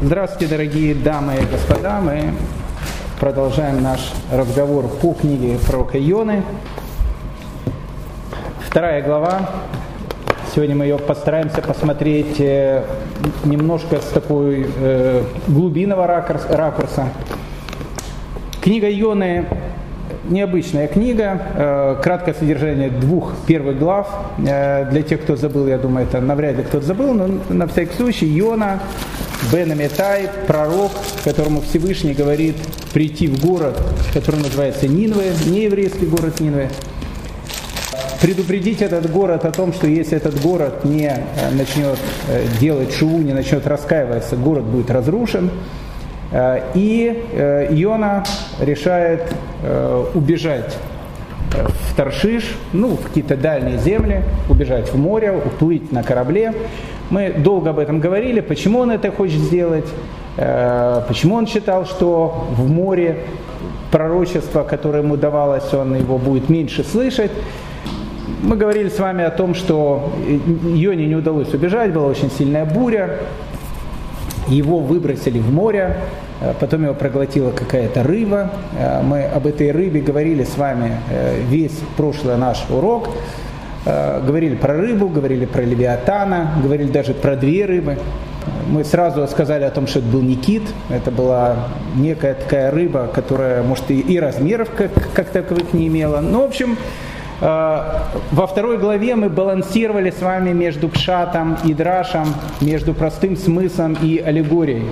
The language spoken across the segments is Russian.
Здравствуйте, дорогие дамы и господа. Мы продолжаем наш разговор по книге пророка Ионы. 2 глава. Сегодня мы ее постараемся посмотреть немножко с такой глубинного ракурса. Книга Ионы необычная книга, краткое содержание 2 первых глав. Для тех, кто забыл, я думаю, это навряд ли кто-то забыл, но на всякий случай Иона бен Амиттай, пророк, которому Всевышний говорит прийти в город, который называется Нинве, нееврейский город Нинве, предупредить этот город о том, что если этот город не начнет делать шуву, не начнет раскаиваться, город будет разрушен. И Иона решает убежать в Таршиш, в какие-то дальние земли, убежать в море, уплыть на корабле. Мы долго об этом говорили, почему он это хочет сделать, почему он считал, что в море пророчество, которое ему давалось, он его будет меньше слышать. Мы говорили с вами о том, что Ионе не удалось убежать, была очень сильная буря. Его выбросили в море, потом его проглотила какая-то рыба. Мы об этой рыбе говорили с вами весь прошлый наш урок. Говорили про рыбу, говорили про Левиатана, говорили даже про 2 рыбы. Мы сразу сказали о том, что это был не кит, это была некая такая рыба, которая, может, и размеров как таковых не имела. Но, в общем, во 2 главе мы балансировали с вами между пшатом и драшем, между простым смыслом и аллегорией.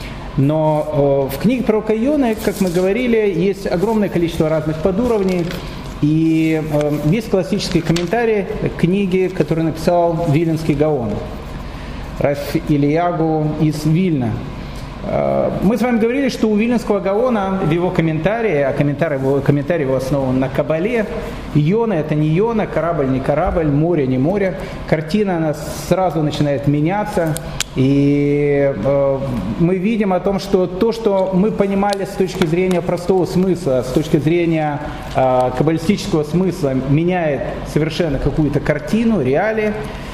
Но в книге пророка Ионы, как мы говорили, есть огромное количество разных подуровней. И есть классический комментарий книги, который написал Виленский Гаон, Рав Ильягу из Вильна. Мы с вами говорили, что у Виленского Гаона в его комментарии, а комментарий его основан на Кабале, Иона это не Иона, корабль не корабль, море не море. Картина она сразу начинает меняться. И мы видим о том, что то, что мы понимали с точки зрения простого смысла, с точки зрения каббалистического смысла, меняет совершенно какую-то картину, реалии.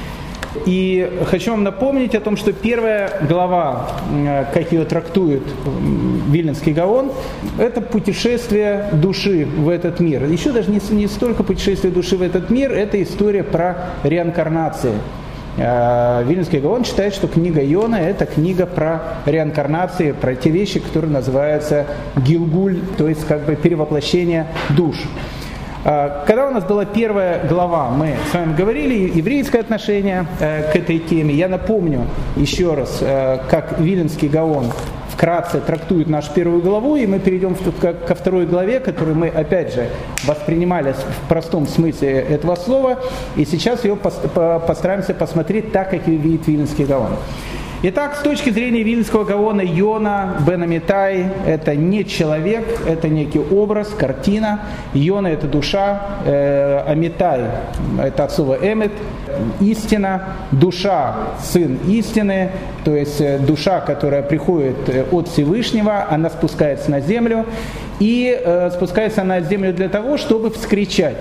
И хочу вам напомнить о том, что 1 глава, как ее трактует Виленский Гаон, это путешествие души в этот мир. Еще даже не столько путешествие души в этот мир, это история про реинкарнацию. Виленский Гаон считает, что книга Иона – это книга про реинкарнации, про те вещи, которые называются гилгуль, то есть как бы перевоплощение душ. Когда у нас была 1 глава, мы с вами говорили еврейское отношение к этой теме. Я напомню еще раз, как Виленский Гаон вкратце трактует нашу 1 главу, и мы перейдем ко 2 главе, которую мы, опять же, воспринимали в простом смысле этого слова, и сейчас ее постараемся посмотреть так, как ее видит Виленский Гаон. Итак, с точки зрения Виленского Гаона, Иона бен Амиттай – это не человек, это некий образ, картина. Иона – это душа, Амиттай – это от слова эмет, истина, душа – сын истины, то есть душа, которая приходит от Всевышнего, она спускается на землю, и спускается на землю для того, чтобы вскричать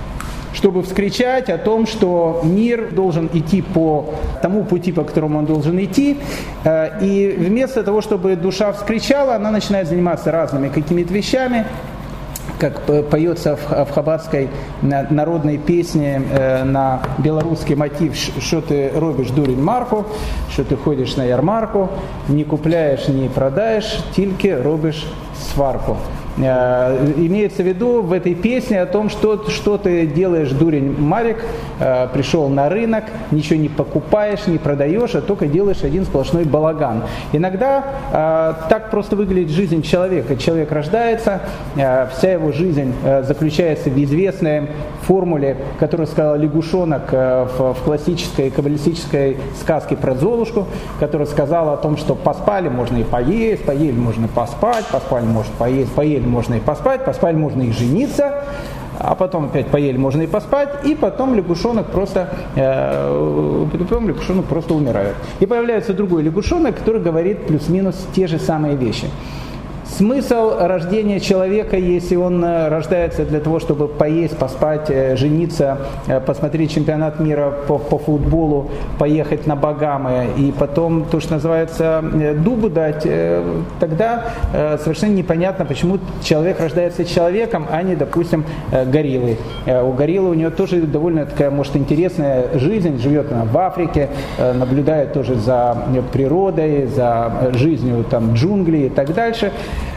о том, что мир должен идти по тому пути, по которому он должен идти, и вместо того, чтобы душа вскричала, она начинает заниматься разными какими-то вещами, как поется в хаббатской народной песне на белорусский мотив «Что ты робишь, дурень Марку», «Что ты ходишь на ярмарку, не купляешь, не продаешь, тільки робишь сварку». Имеется в виду в этой песне о том, что ты делаешь, дурень Марик, пришел на рынок, ничего не покупаешь, не продаешь, а только делаешь один сплошной балаган. Иногда так просто выглядит жизнь человека. Человек рождается, вся его жизнь заключается в известной формуле, которую сказал лягушонок в классической каббалистической сказке про Золушку, которая сказала о том, что поспали можно и поесть, поели можно и поспать, поспали можно поесть, поели можно и поспать можно и жениться, а потом опять поели можно и поспать, и потом лягушонок просто умирает. И появляется другой лягушонок, который говорит плюс-минус те же самые вещи. Смысл рождения человека, если он рождается для того, чтобы поесть, поспать, жениться, посмотреть чемпионат мира по футболу, поехать на Багамы и потом, то, что называется, дубу дать, тогда совершенно непонятно, почему человек рождается человеком, а не, допустим, гориллой. У гориллы у нее тоже довольно такая, может, интересная жизнь, живет она в Африке, наблюдает тоже за природой, за жизнью там, джунглей и так дальше.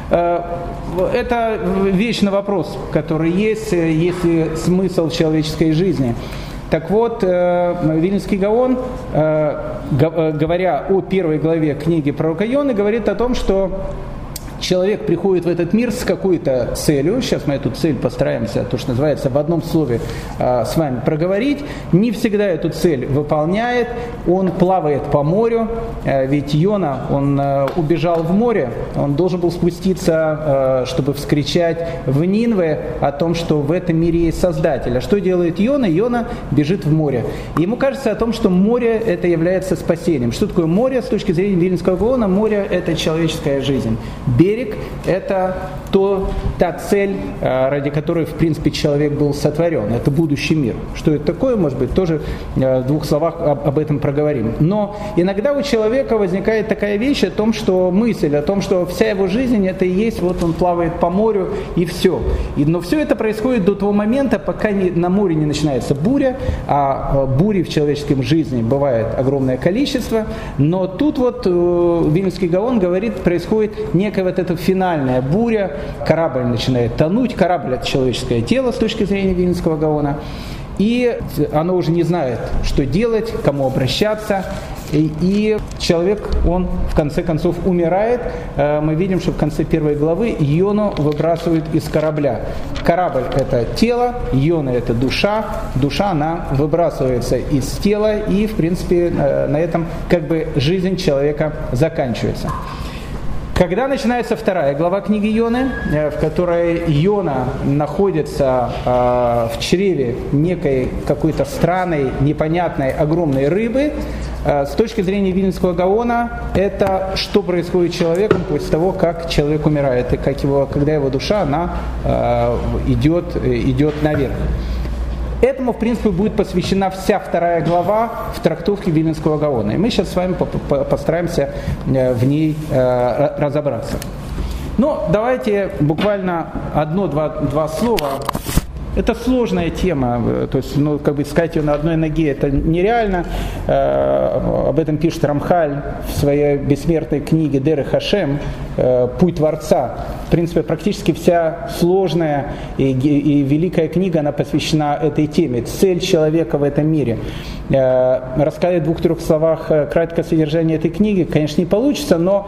Это вечный вопрос, который есть ли смысл человеческой жизни. Так вот, Вильнюсский Гаон, говоря о первой главе книги пророка Ионы, говорит о том, что человек приходит в этот мир с какой-то целью. Сейчас мы эту цель постараемся, то, что называется, в одном слове с вами проговорить. Не всегда эту цель выполняет. Он плавает по морю. Ведь Иона, он убежал в море. Он должен был спуститься, чтобы вскричать в Нинве о том, что в этом мире есть Создатель. А что делает Иона? Иона бежит в море. И ему кажется о том, что море это является спасением. Что такое море с точки зрения Вильнюсского Гаона? Море это человеческая жизнь. Берег – это та цель, ради которой, в принципе, человек был сотворен. Это будущий мир. Что это такое, может быть, тоже в двух словах об этом проговорим. Но иногда у человека возникает такая вещь о том, что мысль, о том, что вся его жизнь – это и есть, вот он плавает по морю, и все. Но все это происходит до того момента, пока на море не начинается буря, а бури в человеческой жизни бывает огромное количество. Но тут вот Вильнюсский Гаон говорит, происходит некая вот эта финальная буря, корабль начинает тонуть, корабль – это человеческое тело с точки зрения Вильнюсского Гаона, и оно уже не знает, что делать, к кому обращаться, и человек, он в конце концов умирает. Мы видим, что в конце первой главы Иону выбрасывают из корабля. Корабль – это тело, Иона – это душа, душа, она выбрасывается из тела, и, в принципе, на этом как бы жизнь человека заканчивается. Когда начинается вторая глава книги Ионы, в которой Иона находится в чреве некой какой-то странной, непонятной, огромной рыбы, с точки зрения Вильнюсского Гаона, это что происходит с человеком после того, как человек умирает, и как когда его душа она идет наверх. Этому, в принципе, будет посвящена вся вторая глава в трактовке Вильнюсского Гаона. И мы сейчас с вами постараемся в ней разобраться. Но давайте буквально одно-два слова. Это сложная тема, то есть, сказать ее на одной ноге это нереально. Об этом пишет Рамхаль в своей бессмертной книге «Дерех Хашем», «Путь Творца». В принципе, практически вся сложная и великая книга, она посвящена этой теме, цель человека в этом мире. Рассказать в 2-3 словах краткое содержание этой книги, конечно, не получится, но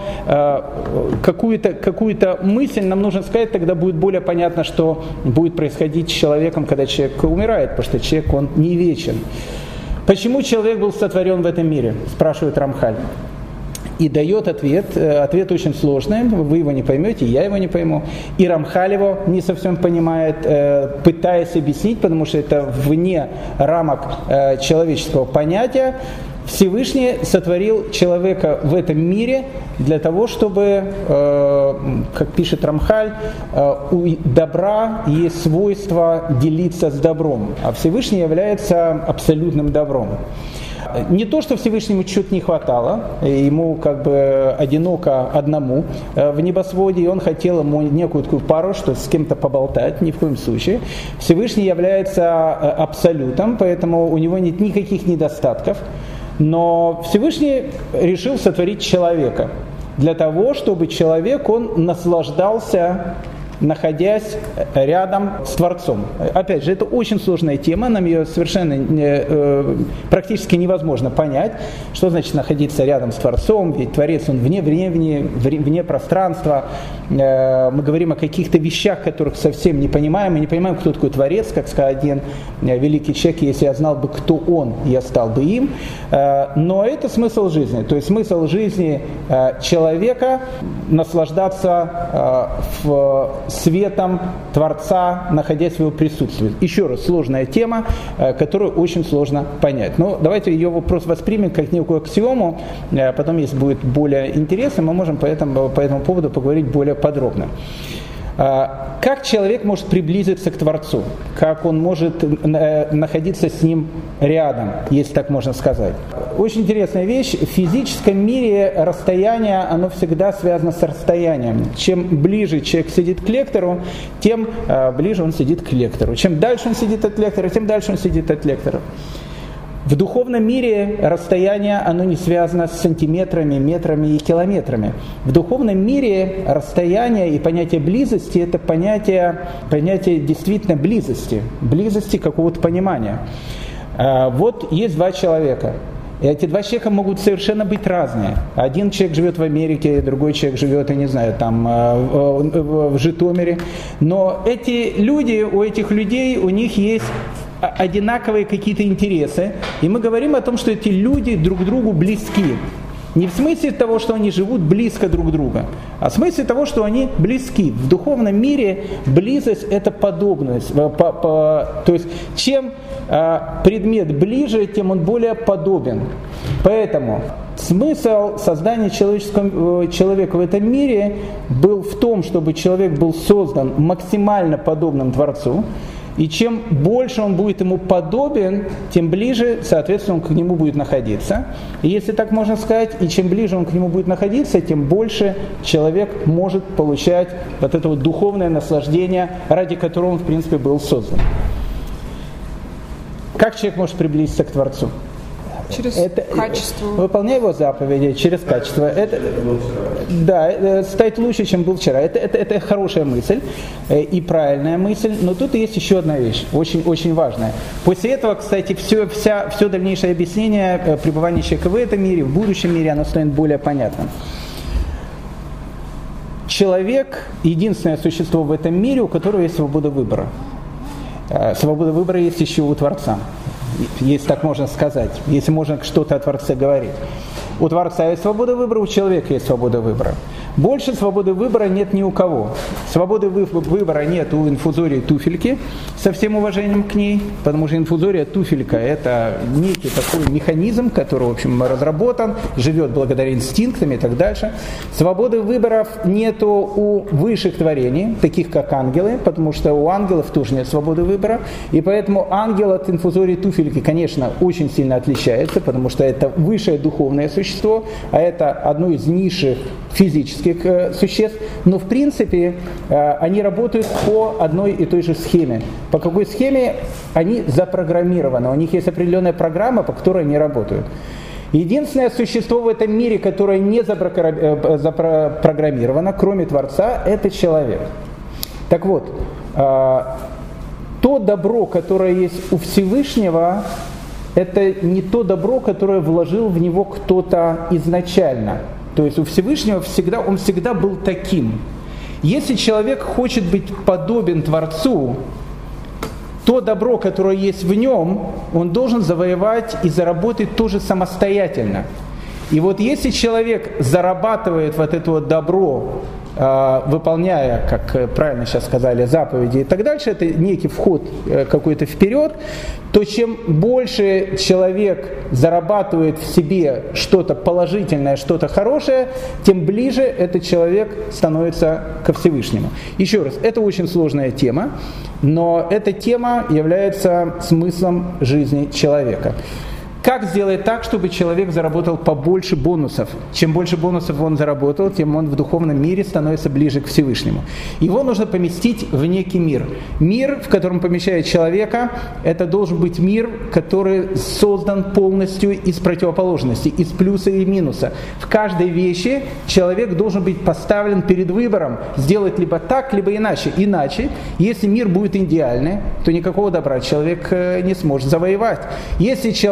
какую-то мысль нам нужно сказать, тогда будет более понятно, что будет происходить с человеком, когда человек умирает, потому что человек, он не вечен. Почему человек был сотворен в этом мире, спрашивает Рамхаль. И дает ответ. Ответ очень сложный, вы его не поймете, я его не пойму. И Рамхаль его не совсем понимает, пытаясь объяснить, потому что это вне рамок человеческого понятия. Всевышний сотворил человека в этом мире для того, чтобы, как пишет Рамхаль, у добра есть свойство делиться с добром, а Всевышний является абсолютным добром. Не то, что Всевышнему чуть не хватало, ему как бы одиноко одному в небосводе, и он хотел ему некую такую пару, что с кем-то поболтать, ни в коем случае. Всевышний является абсолютом, поэтому у него нет никаких недостатков, но Всевышний решил сотворить человека для того, чтобы человек, он наслаждался, находясь рядом с Творцом. Опять же, это очень сложная тема, нам ее совершенно практически невозможно понять, что значит находиться рядом с Творцом, ведь Творец, он вне пространства. Мы говорим о каких-то вещах, которых совсем не понимаем. Мы не понимаем, кто такой Творец, как сказал один великий человек: если я знал бы, кто он, я стал бы им. Но это смысл жизни. То есть смысл жизни человека наслаждаться в светом Творца, находясь в его присутствии. Еще раз, сложная тема, которую очень сложно понять. Но давайте ее вопрос воспримем как некую аксиому, потом, если будет более интересно, мы можем по этому поводу поговорить более подробно. Как человек может приблизиться к Творцу? Как он может находиться с ним рядом, если так можно сказать? Очень интересная вещь. В физическом мире расстояние, оно всегда связано с расстоянием. Чем ближе человек сидит к лектору, тем ближе он сидит к лектору. Чем дальше он сидит от лектора, тем дальше он сидит от лектора. В духовном мире расстояние, оно не связано с сантиметрами, метрами и километрами. В духовном мире расстояние и понятие близости – это понятие действительно близости какого-то понимания. Вот есть два человека. И эти два человека могут совершенно быть разные. Один человек живет в Америке, другой человек живет, я не знаю, там в Житомире. Но эти люди, у этих людей, у них есть одинаковые какие-то интересы. И мы говорим о том, что эти люди друг другу близки. Не в смысле того, что они живут близко друг друга, а в смысле того, что они близки. В духовном мире близость – это подобность. То есть, чем предмет ближе, тем он более подобен. Поэтому смысл создания человека в этом мире был в том, чтобы человек был создан максимально подобным Творцу. И чем больше он будет ему подобен, тем ближе, соответственно, он к нему будет находиться. И если так можно сказать, и чем ближе он к нему будет находиться, тем больше человек может получать вот это вот духовное наслаждение, ради которого он, в принципе, был создан. Как человек может приблизиться к Творцу? Через качество. Выполняя его заповеди, через качество. Стать лучше, чем был вчера. Это хорошая мысль и правильная мысль. Но тут есть еще одна вещь, очень, очень важная. После этого, кстати, все дальнейшее объяснение пребывания человека в этом мире, в будущем мире, оно станет более понятным. Человек – единственное существо в этом мире, у которого есть свобода выбора. Свобода выбора есть еще у Творца. Если так можно сказать, если можно что-то о Творце говорить. У Творца есть свобода выбора, у человека есть свобода выбора. Больше свободы выбора нет ни у кого. Свободы выбора нет у инфузории туфельки, со всем уважением к ней, потому что инфузория туфелька – это некий такой механизм, который, в общем, разработан, живет благодаря инстинктам и так дальше. Свободы выборов нету у высших творений, таких как ангелы, потому что у ангелов тоже нет свободы выбора, и поэтому ангел от инфузории туфельки, конечно, очень сильно отличается, потому что это высшее духовное существо, а это одно из низших физических существ, но в принципе они работают по одной и той же схеме. По какой схеме? Они запрограммированы, у них есть определенная программа, по которой они работают. Единственное существо в этом мире, которое не запрограммировано, кроме Творца, это человек. Так вот, то добро, которое есть у Всевышнего, это не то добро, которое вложил в него кто-то изначально. То есть у Всевышнего он всегда был таким. Если человек хочет быть подобен Творцу, то добро, которое есть в нем, он должен завоевать и заработать тоже самостоятельно. И вот если человек зарабатывает вот это вот добро, выполняя, как правильно сейчас сказали, заповеди и так дальше, это некий вход какой-то вперед, то чем больше человек зарабатывает в себе что-то положительное, что-то хорошее, тем ближе этот человек становится ко Всевышнему. Еще раз, это очень сложная тема, но эта тема является смыслом жизни человека. Как сделать так, чтобы человек заработал побольше бонусов? Чем больше бонусов он заработал, тем он в духовном мире становится ближе к Всевышнему. Его нужно поместить в некий мир. Мир, в котором помещает человека, это должен быть мир, который создан полностью из противоположностей, из плюса и минуса. В каждой вещи человек должен быть поставлен перед выбором, сделать либо так, либо иначе. Иначе, если мир будет идеальный, то никакого добра человек не сможет завоевать. Если человек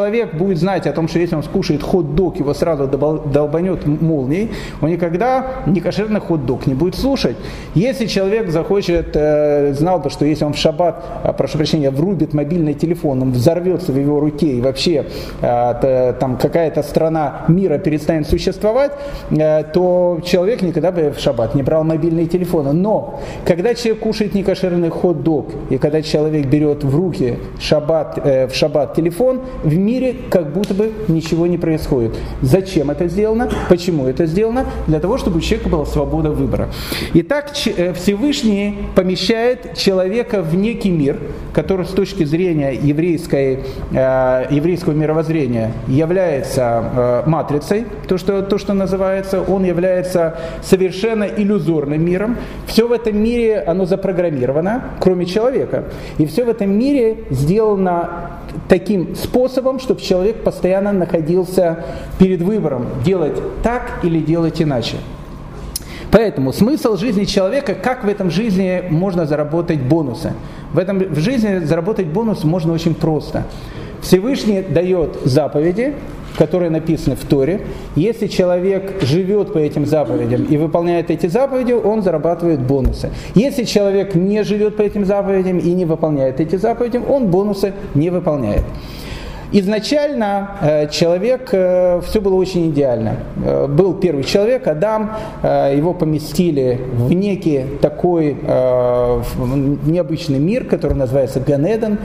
будет знать о том, что если он скушает хот-дог, его сразу долбанет молнией, он никогда некошерный хот-дог не будет слушать. Если человек захочет, знал бы, что если он в шаббат, прошу прощения, врубит мобильный телефон, он взорвется в его руке и вообще там какая-то страна мира перестанет существовать, то человек никогда бы в шаббат не брал мобильные телефоны. Но когда человек кушает некошерный хот-дог, и когда человек берет в руки в шаббат телефон, в мире как будто бы ничего не происходит. Зачем это сделано? Почему это сделано? Для того, чтобы у человека была свобода выбора. Итак, Всевышний помещает человека в некий мир, который с точки зрения еврейского мировоззрения является матрицей, то, что называется, он является совершенно иллюзорным миром. Все в этом мире, оно запрограммировано, кроме человека. И все в этом мире сделано таким способом, чтобы человек постоянно находился перед выбором, делать так или делать иначе. Поэтому смысл жизни человека, как в этом жизни можно заработать бонусы. В жизни заработать бонус можно очень просто. Всевышний дает заповеди, которые написаны в Торе. Если человек живет по этим заповедям и выполняет эти заповеди, он зарабатывает бонусы. Если человек не живет по этим заповедям и не выполняет эти заповеди, он бонусы не выполняет. Изначально человек, все было очень идеально. Был первый человек, Адам, его поместили в некий такой необычный мир, который называется Ганеден.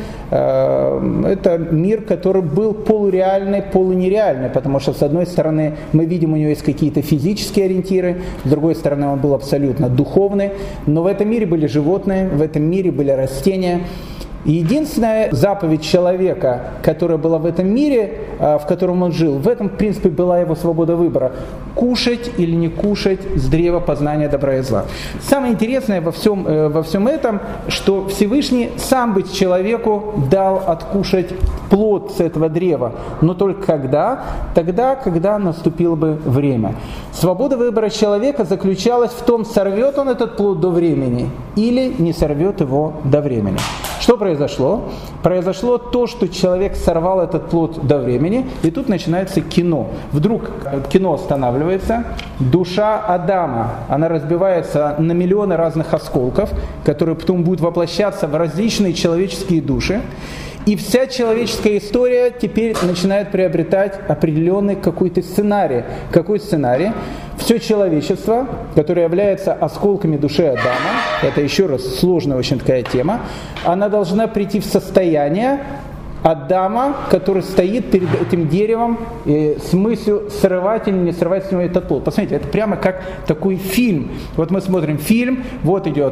Это мир, который был полуреальный, полунереальный, потому что с одной стороны мы видим, у него есть какие-то физические ориентиры, с другой стороны он был абсолютно духовный, но в этом мире были животные, в этом мире были растения. И единственная заповедь человека, которая была в этом мире, в котором он жил, в этом, в принципе, была его свобода выбора. Кушать или не кушать с древа познания добра и зла. Самое интересное во всем этом, что Всевышний сам бы человеку дал откушать плод с этого древа, но только когда? Тогда, когда наступило бы время. Свобода выбора человека заключалась в том, сорвет он этот плод до времени или не сорвет его до времени. Что произошло? Произошло то, что человек сорвал этот плод до времени, и тут начинается кино. Вдруг кино останавливается, душа Адама, она разбивается на миллионы разных осколков, которые потом будут воплощаться в различные человеческие души. И вся человеческая история теперь начинает приобретать определенный какой-то сценарий. Какой сценарий? Все человечество, которое является осколками души Адама, это еще раз сложная очень такая тема, она должна прийти в состояние Адама, который стоит перед этим деревом с мыслью, срывать или не срывать с него этот плод. Посмотрите, это прямо как такой фильм. Вот мы смотрим фильм, вот идет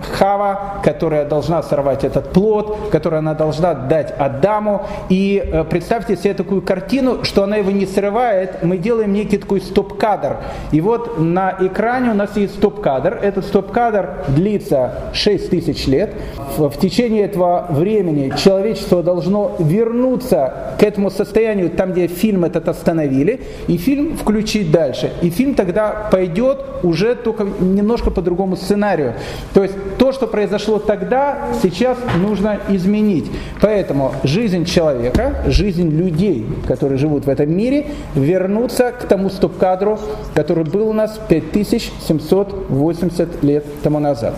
Хава, которая должна сорвать этот плод, который она должна дать Адаму. И представьте себе такую картину, что она его не срывает, мы делаем некий такой стоп-кадр. И вот на экране у нас есть стоп-кадр. Этот стоп-кадр длится 6000 лет. В течение этого времени человечество должно вернуться к этому состоянию, там, где фильм этот остановили, и фильм включить дальше. И фильм тогда пойдет уже только немножко по другому сценарию. То есть то, что произошло тогда, сейчас нужно изменить. Поэтому жизнь человека, жизнь людей, которые живут в этом мире, вернуться к тому стоп-кадру, который был у нас 5780 лет тому назад.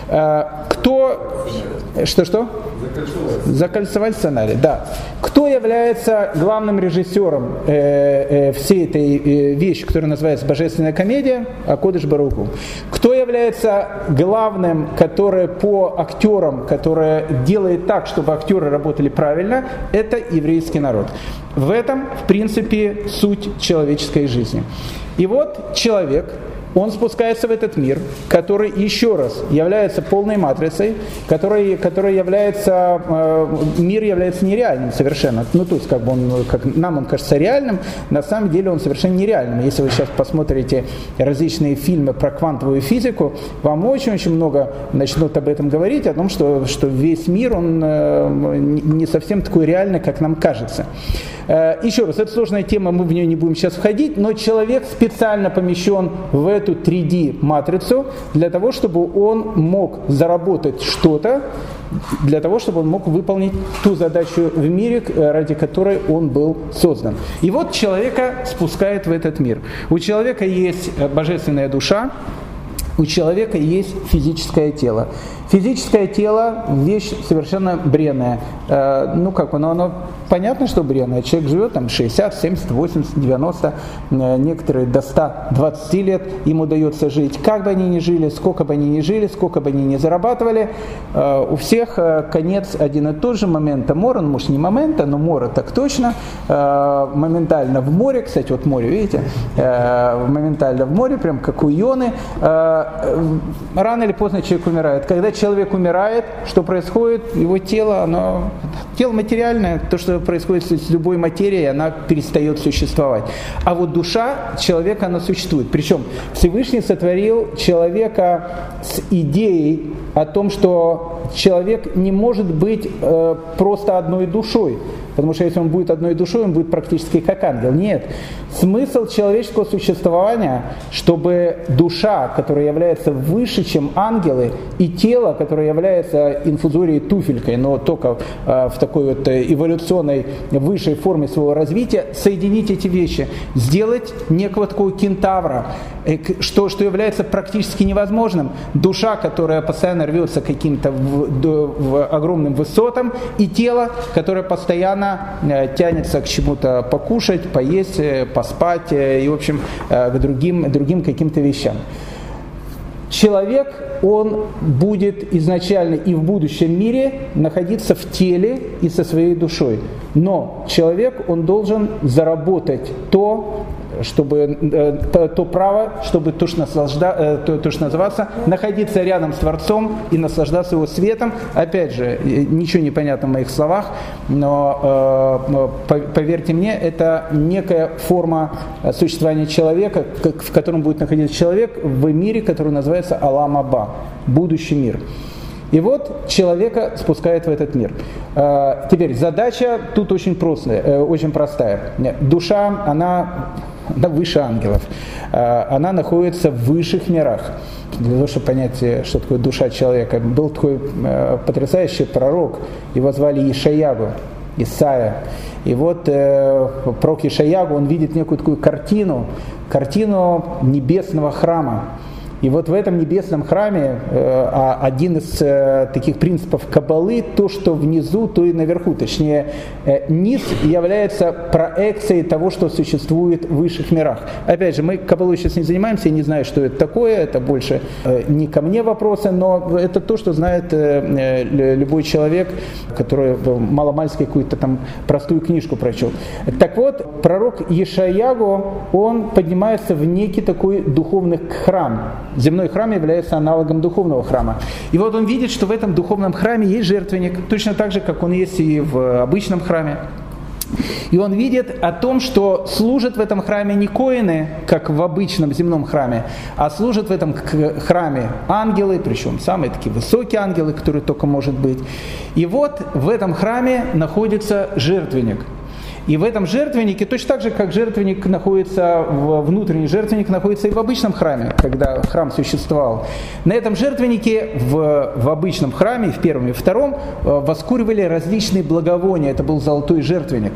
Что? Закольцевать сценарий, да. Кто является главным режиссером всей этой вещи, которая называется «Божественная комедия»? Акодыш Барух Ху. Кто является главным, который по актерам, который делает так, чтобы актеры работали правильно? Это еврейский народ. В этом, в принципе, суть человеческой жизни. И вот человек, он спускается в этот мир, который, еще раз, является полной матрицей, который является, мир является нереальным совершенно. Ну, то есть, нам он кажется реальным, на самом деле он совершенно нереальным. Если вы сейчас посмотрите различные фильмы про квантовую физику, вам очень-очень много начнут об этом говорить, о том, что весь мир, он не совсем такой реальный, как нам кажется. Еще раз, это сложная тема, мы в нее не будем сейчас входить, но человек специально помещен в эту 3D-матрицу для того, чтобы он мог заработать что-то, для того, чтобы он мог выполнить ту задачу в мире, ради которой он был создан. И вот человека спускает в этот мир. У человека есть божественная душа, у человека есть физическое тело. Физическое тело – вещь совершенно бренная. Оно понятно, что бренное. Человек живет там 60, 70, 80, 90, некоторые до 120 лет им удается жить. Как бы они ни жили, сколько бы они ни жили, сколько бы они ни зарабатывали, у всех конец один и тот же, момента мора, может не момента, но мора так точно, моментально в море, кстати, вот море, видите, моментально в море, прям как у Ионы, рано или поздно человек умирает. Когда человек умирает, что происходит? Его тело, тело материальное, то, что происходит с любой материей, она перестает существовать. А вот душа человека, она существует. Причем Всевышний сотворил человека с идеей о том, что человек не может быть просто одной душой. Потому что если он будет одной душой, он будет практически как ангел. Нет. Смысл человеческого существования, чтобы душа, которая является выше, чем ангелы, и тело, которое является инфузорией туфелькой, но только в такой вот эволюционной высшей форме своего развития, соединить эти вещи, сделать некого такого кентавра, что является практически невозможным. Душа, которая постоянно рвется к каким-то в огромным высотам, и тело, которое постоянно тянется к чему-то покушать, поесть, поспать и, в общем, к другим каким-то вещам. Человек, он будет изначально и в будущем мире находиться в теле и со своей душой. Но человек, он должен заработать то право, чтобы то, что называется, находиться рядом с Творцом и наслаждаться его светом. Опять же, ничего не понятно в моих словах, но поверьте мне, это некая форма существования человека, в котором будет находиться человек в мире, который называется Алам Аба, будущий мир. И вот человека спускает в этот мир. Теперь задача тут очень простая. Душа, она выше ангелов. Она находится в высших мирах. Для того, чтобы понять, что такое душа человека, был такой потрясающий пророк, его звали Ишайягу, Исайя. И вот пророк Ишайягу, он видит некую такую картину небесного храма. И вот в этом небесном храме один из таких принципов Каббалы, то, что внизу, то и наверху. Точнее, низ является проекцией того, что существует в высших мирах. Опять же, мы Каббалой сейчас не занимаемся, я не знаю, что это такое, это больше не ко мне вопросы, но это то, что знает любой человек, который маломальски какую-то там простую книжку прочел. Так вот, пророк Ишайягу, он поднимается в некий такой духовный храм. Земной храм является аналогом духовного храма. И вот он видит, что в этом духовном храме есть жертвенник, точно так же, как он есть и в обычном храме. И он видит о том, что служат в этом храме не коины, как в обычном земном храме, а служат в этом храме ангелы, причем самые такие высокие ангелы, которые только может быть. И вот в этом храме находится жертвенник. И в этом жертвеннике, точно так же, как жертвенник находится, внутренний жертвенник находится и в обычном храме, когда храм существовал. На этом жертвеннике в обычном храме, в первом и втором, воскуривали различные благовония. Это был золотой жертвенник.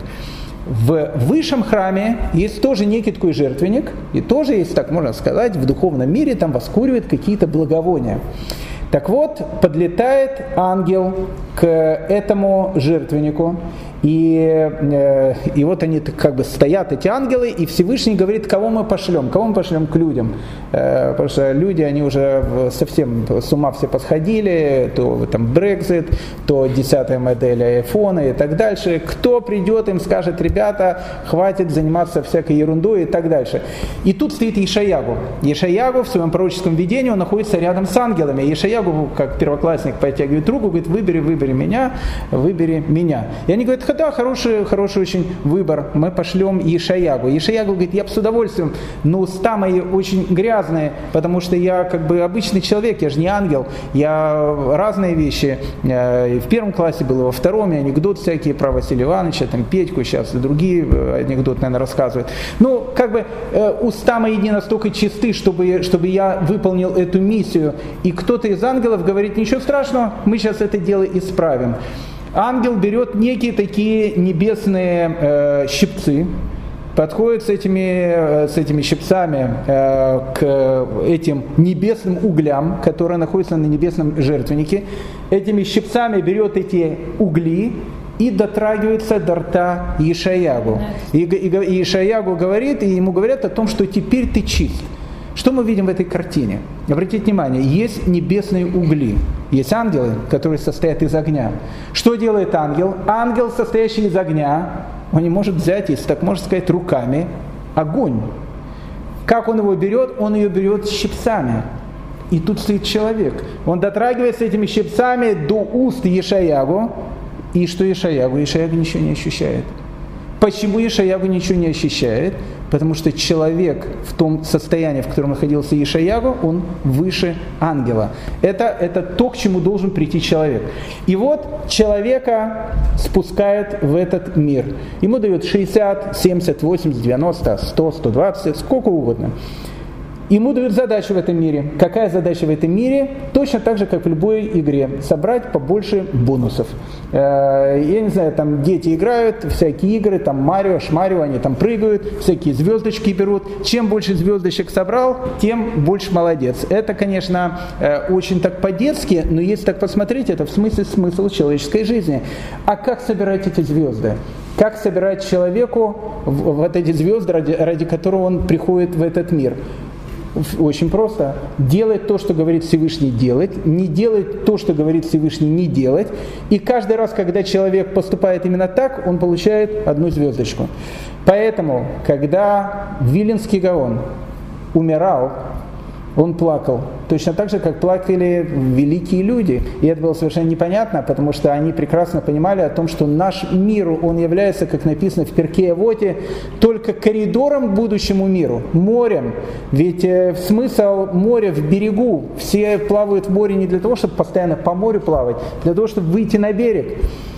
В высшем храме есть тоже некий такой жертвенник, и тоже есть, так можно сказать, в духовном мире там воскуривают какие-то благовония. Так вот, подлетает ангел к этому жертвеннику, и вот они как бы стоят, эти ангелы, и Всевышний говорит, кого мы пошлем к людям. Потому что люди, они уже совсем с ума все посходили, то там Brexit, то 10-я модель айфона и так дальше. Кто придет, им скажет, ребята, хватит заниматься всякой ерундой и так дальше. И тут стоит Ишайягу. Ишайягу в своем пророческом видении, он находится рядом с ангелами. Ишайягу, как первоклассник, подтягивает руку, говорит, выбери меня. И они говорят, говорят, да, хороший очень выбор, мы пошлем Ешаягу. Ешаягу говорит, я бы с удовольствием, но уста мои очень грязные, потому что я как бы обычный человек, я же не ангел, я разные вещи, в первом классе был, во втором, и анекдоты всякие про Василия Ивановича, там Петьку сейчас и другие анекдоты, наверное, рассказывают. Ну, как бы уста мои не настолько чисты, чтобы я выполнил эту миссию, и кто-то из ангелов говорит, ничего страшного, мы сейчас это дело исправим. Ангел берет некие такие небесные щипцы, подходит с этими щипцами к этим небесным углям, которые находятся на небесном жертвеннике. Этими щипцами берет эти угли и дотрагивается до рта Ешаягу. И Ешаягу говорит, и ему говорят о том, что теперь ты чист. Что мы видим в этой картине? Обратите внимание, есть небесные угли, есть ангелы, которые состоят из огня. Что делает ангел? Ангел, состоящий из огня, он не может взять, если так можно сказать, руками огонь. Как он его берет? Он ее берет щипцами. И тут стоит человек. Он дотрагивается этими щипцами до уст Ешаягу. И что Ешаягу? Ешаягу ничего не ощущает. Почему Ешаягу ничего не ощущает? Потому что человек в том состоянии, в котором находился Ешаягу, он выше ангела. Это то, к чему должен прийти человек. И вот человека спускает в этот мир. Ему дают 60, 70, 80, 90, 100, 120, сколько угодно. Ему дают задачу в этом мире. Какая задача в этом мире? Точно так же, как в любой игре. Собрать побольше бонусов. Я не знаю, там дети играют, всякие игры, там Марио, Шмарио, они там прыгают, всякие звездочки берут. Чем больше звездочек собрал, тем больше молодец. Это, конечно, очень так по-детски, но если так посмотреть, это в смысле смысл человеческой жизни. А как собирать эти звезды? Как собирать человеку вот эти звезды, ради которого он приходит в этот мир? Очень просто. Делать то, что говорит Всевышний, делать. Не делать то, что говорит Всевышний, не делать. И каждый раз, когда человек поступает именно так, он получает одну звездочку. Поэтому, когда Виленский Гаон умирал, он плакал. Точно так же, как плакали великие люди. И это было совершенно непонятно, потому что они прекрасно понимали о том, что наш мир, он является, как написано в Перкей Авоте, только коридором к будущему миру, морем. Ведь смысл моря в берегу. Все плавают в море не для того, чтобы постоянно по морю плавать, для того, чтобы выйти на берег.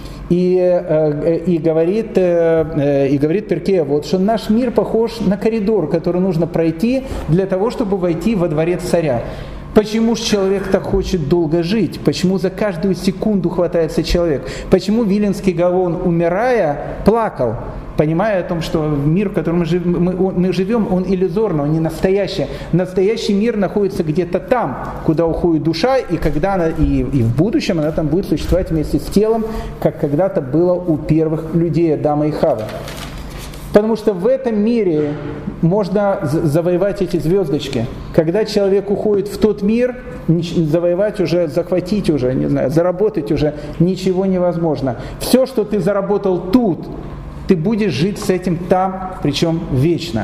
И говорит Перкей Авот, что наш мир похож на коридор, который нужно пройти для того, чтобы войти во дворец царя. Почему же человек так хочет долго жить? Почему за каждую секунду хватается человек? Почему Виленский Гаон, умирая, плакал? Понимая о том, что мир, в котором мы живем, он иллюзорный, он не настоящий. Настоящий мир находится где-то там, куда уходит душа, и когда она, и в будущем она там будет существовать вместе с телом, как когда-то было у первых людей, Адама и Хавы. Потому что в этом мире можно завоевать эти звездочки. Когда человек уходит в тот мир, завоевать уже, захватить уже, не знаю, заработать уже ничего невозможно. Все, что ты заработал тут, ты будешь жить с этим там, причем вечно.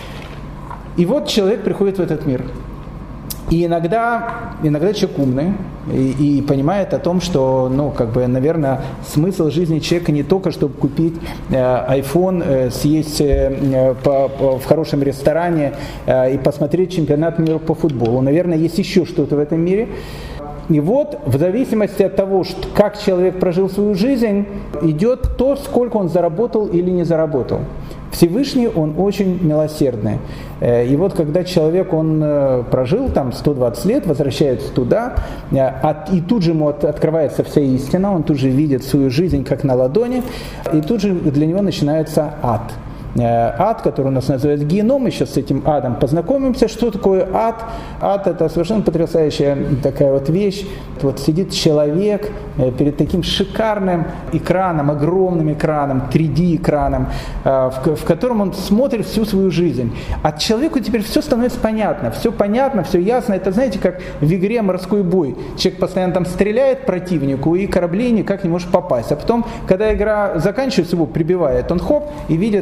И вот человек приходит в этот мир. И иногда человек умный и понимает о том, что, наверное, смысл жизни человека не только, чтобы купить iPhone, съесть в хорошем ресторане и посмотреть чемпионат мира по футболу. Наверное, есть еще что-то в этом мире. И вот, в зависимости от того, как человек прожил свою жизнь, идет то, сколько он заработал или не заработал. Всевышний, он очень милосердный. И вот, когда человек, он прожил там 120 лет, возвращается туда, и тут же ему открывается вся истина, он тут же видит свою жизнь как на ладони, и тут же для него начинается ад. Ад, который у нас называется геном, мы сейчас с этим адом познакомимся. Что такое ад? Ад – это совершенно потрясающая такая вот вещь. Вот сидит человек перед таким шикарным экраном, огромным экраном, 3D-экраном, в котором он смотрит всю свою жизнь. А человеку теперь все становится понятно, все ясно. Это, знаете, как в игре «Морской бой». Человек постоянно там стреляет противнику, и корабли никак не может попасть. А потом, когда игра заканчивается, его прибивает, он хоп, и видит на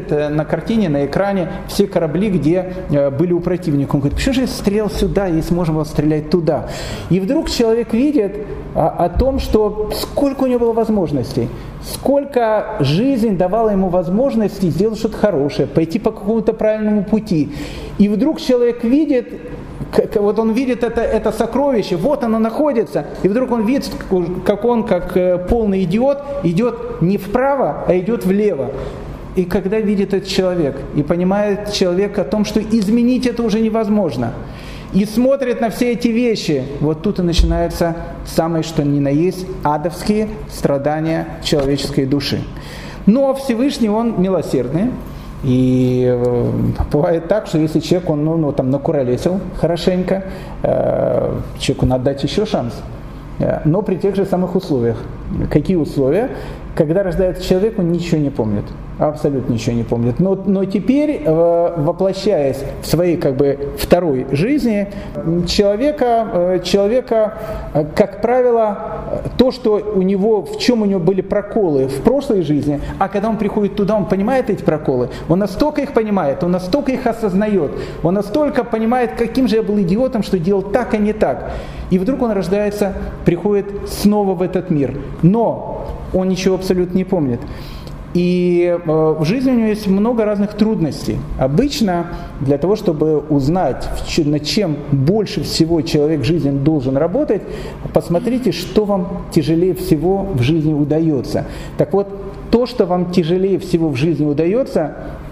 картине, на экране все корабли, где были у противника. Он говорит, почему же я стрелял сюда, если можно было стрелять туда? И вдруг человек видит о том, что сколько у него было возможностей, сколько жизнь давала ему возможности сделать что-то хорошее, пойти по какому-то правильному пути. И вдруг человек видит, вот он видит это сокровище, вот оно находится, и вдруг он видит, как он, как полный идиот, идет не вправо, а идет влево. И когда видит этот человек, и понимает человек о том, что изменить это уже невозможно, и смотрит на все эти вещи, вот тут и начинаются самые что ни на есть адовские страдания человеческой души. Но Всевышний, он милосердный. И бывает так, что если человек, он там накуролесил хорошенько, человеку надо дать еще шанс, но при тех же самых условиях. Какие условия? Когда рождается человек, он ничего не помнит, абсолютно ничего не помнит. Но теперь, воплощаясь в своей второй жизни, человека, как правило, то, что в чем у него были проколы в прошлой жизни, а когда он приходит туда, он понимает эти проколы, он настолько их понимает, он настолько их осознает, он настолько понимает, каким же я был идиотом, что делал так, а не так. И вдруг он рождается, приходит снова в этот мир. Но он ничего абсолютно не помнит. И в жизни у него есть много разных трудностей. Обычно для того, чтобы узнать, над чем больше всего человек в жизни должен работать, посмотрите, что вам тяжелее всего в жизни удается. Так вот, то, что вам тяжелее всего в жизни удается,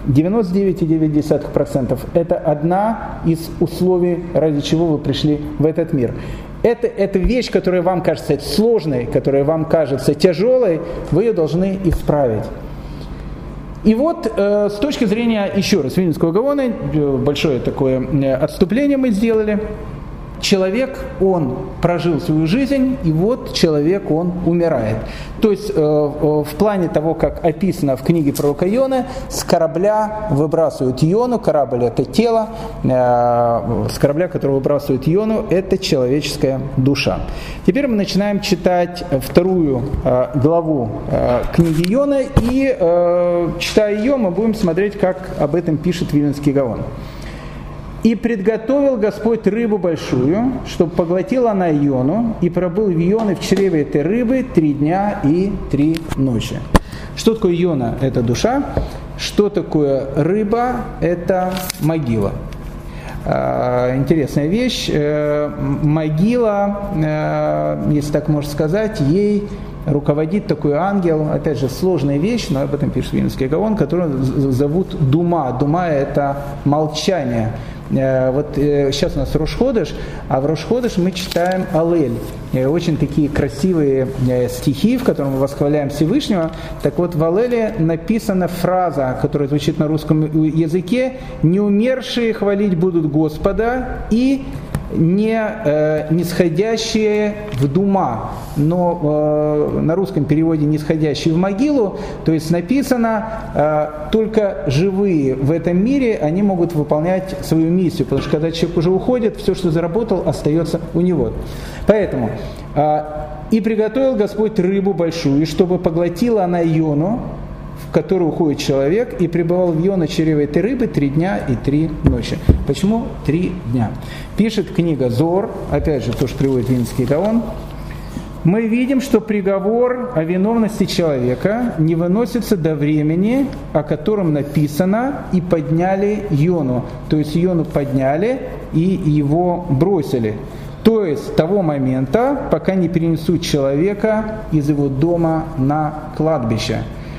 99,9% это одна из условий, ради чего вы пришли в этот мир. Это вещь, которая вам кажется сложной, которая вам кажется тяжелой, вы ее должны исправить. И вот с точки зрения, еще раз, Вильнюсского Гаона, большое такое отступление мы сделали. Человек, он прожил свою жизнь, и вот человек, он умирает. То есть в плане того, как описано в книге пророка Ионы, с корабля выбрасывают Иону, корабль – это тело, с корабля, который выбрасывает Иону, это человеческая душа. Теперь мы начинаем читать вторую главу книги Ионы, и читая ее, мы будем смотреть, как об этом пишет Вильнюсский Гаон. «И предготовил Господь рыбу большую, чтобы поглотила она Иону, и пробыл в Ионе в чреве этой рыбы 3 дня и 3 ночи». Что такое Иона? Это душа. Что такое рыба? Это могила. Интересная вещь. Могила, если так можно сказать, ей руководит такой ангел, опять же, сложная вещь, но об этом пишет Вильнюсский Гаон, которого зовут Дума. Дума – это молчание. Вот сейчас у нас Рош ходеш, а в Рош ходеш мы читаем Алель. Очень такие красивые стихи, в которых мы восхваляем Всевышнего. Так вот, в Алеле написана фраза, которая звучит на русском языке: «Неумершие хвалить будут Господа и нисходящие в дума», но на русском переводе «нисходящие в могилу», то есть написано, только живые в этом мире, они могут выполнять свою миссию, потому что когда человек уже уходит, все, что заработал, остается у него. Поэтому «И приготовил Господь рыбу большую, чтобы поглотила она Иону, в которую уходит человек, и пребывал в Ионе чреве этой рыбы 3 дня и 3 ночи». Почему 3 дня? Пишет книга Зоар, опять же, то, что приводит Вильнюсский Гаон. Мы видим, что приговор о виновности человека не выносится до времени, о котором написано, и подняли Иону. То есть Иону подняли и его бросили. То есть с того момента, пока не перенесут человека из его дома на кладбище.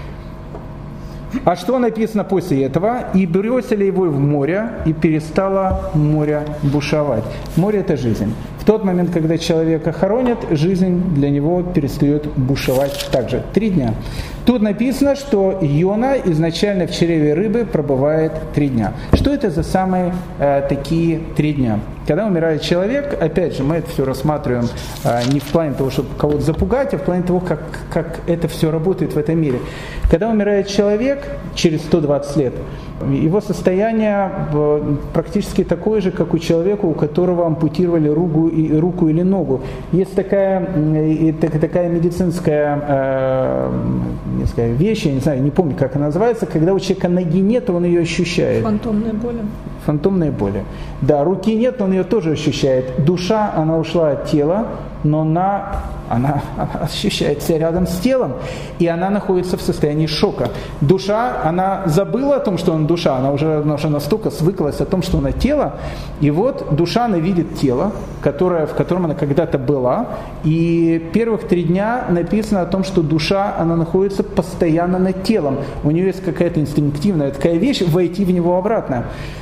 А что написано после этого? «И бросили его в море, и перестало море бушевать». Море – это жизнь. В тот момент, когда человека хоронят, жизнь для него перестает бушевать также. 3 дня. Тут написано, что Иона изначально в чреве рыбы пробывает 3 дня. Что это за самые такие 3 дня? Когда умирает человек, опять же, мы это все рассматриваем не в плане того, чтобы кого-то запугать, а в плане того, как это все работает в этом мире. Когда умирает человек через 120 лет, его состояние практически такое же, как у человека, у которого ампутировали руку или ногу. Есть такая медицинская несколько вещи, я не знаю, не помню, как она называется, когда у человека ноги нет, он ее ощущает. Фантомные боли. Фантомные боли. Да, руки нет, но он ее тоже ощущает. Душа, она ушла от тела, но она ощущает себя рядом с телом, и она находится в состоянии шока. Душа, она забыла о том, что она душа, она уже настолько свыклась о том, что она тело, и вот душа, она видит тело, в котором она когда-то была, и первых 3 дня написано о том, что душа, она находится постоянно над телом. У нее есть какая-то инстинктивная такая вещь, войти в него обратно.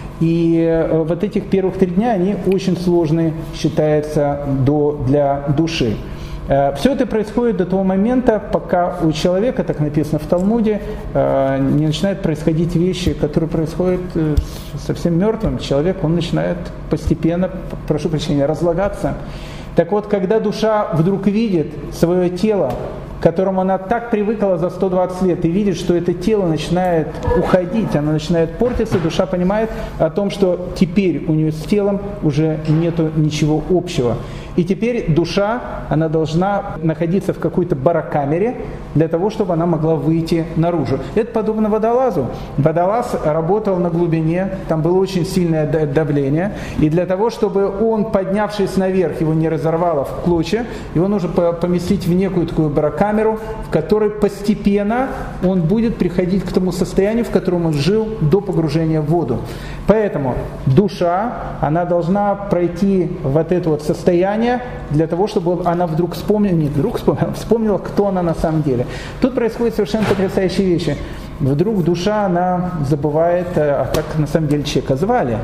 И вот этих первых 3 дня, они очень сложные, считаются, для души. Все это происходит до того момента, пока у человека, так написано в Талмуде, не начинают происходить вещи, которые происходят совсем мертвым. Человек, он начинает постепенно, прошу прощения, разлагаться. Так вот, когда душа вдруг видит свое тело, к которому она так привыкла за 120 лет, и видит, что это тело начинает уходить, оно начинает портиться, душа понимает о том, что теперь у нее с телом уже нету ничего общего. И теперь душа, она должна находиться в какой-то барокамере для того, чтобы она могла выйти наружу. Это подобно водолазу. Водолаз работал на глубине, там было очень сильное давление, и для того, чтобы он, поднявшись наверх, его не разорвало в клочья, его нужно поместить в некую такую барокамеру, в которой постепенно он будет приходить к тому состоянию, в котором он жил до погружения в воду. Поэтому душа, она должна пройти вот это вот состояние для того, чтобы она вдруг вспомнила, кто она на самом деле. Тут происходят совершенно потрясающие вещи. Вдруг душа, она забывает, как на самом деле человека звали,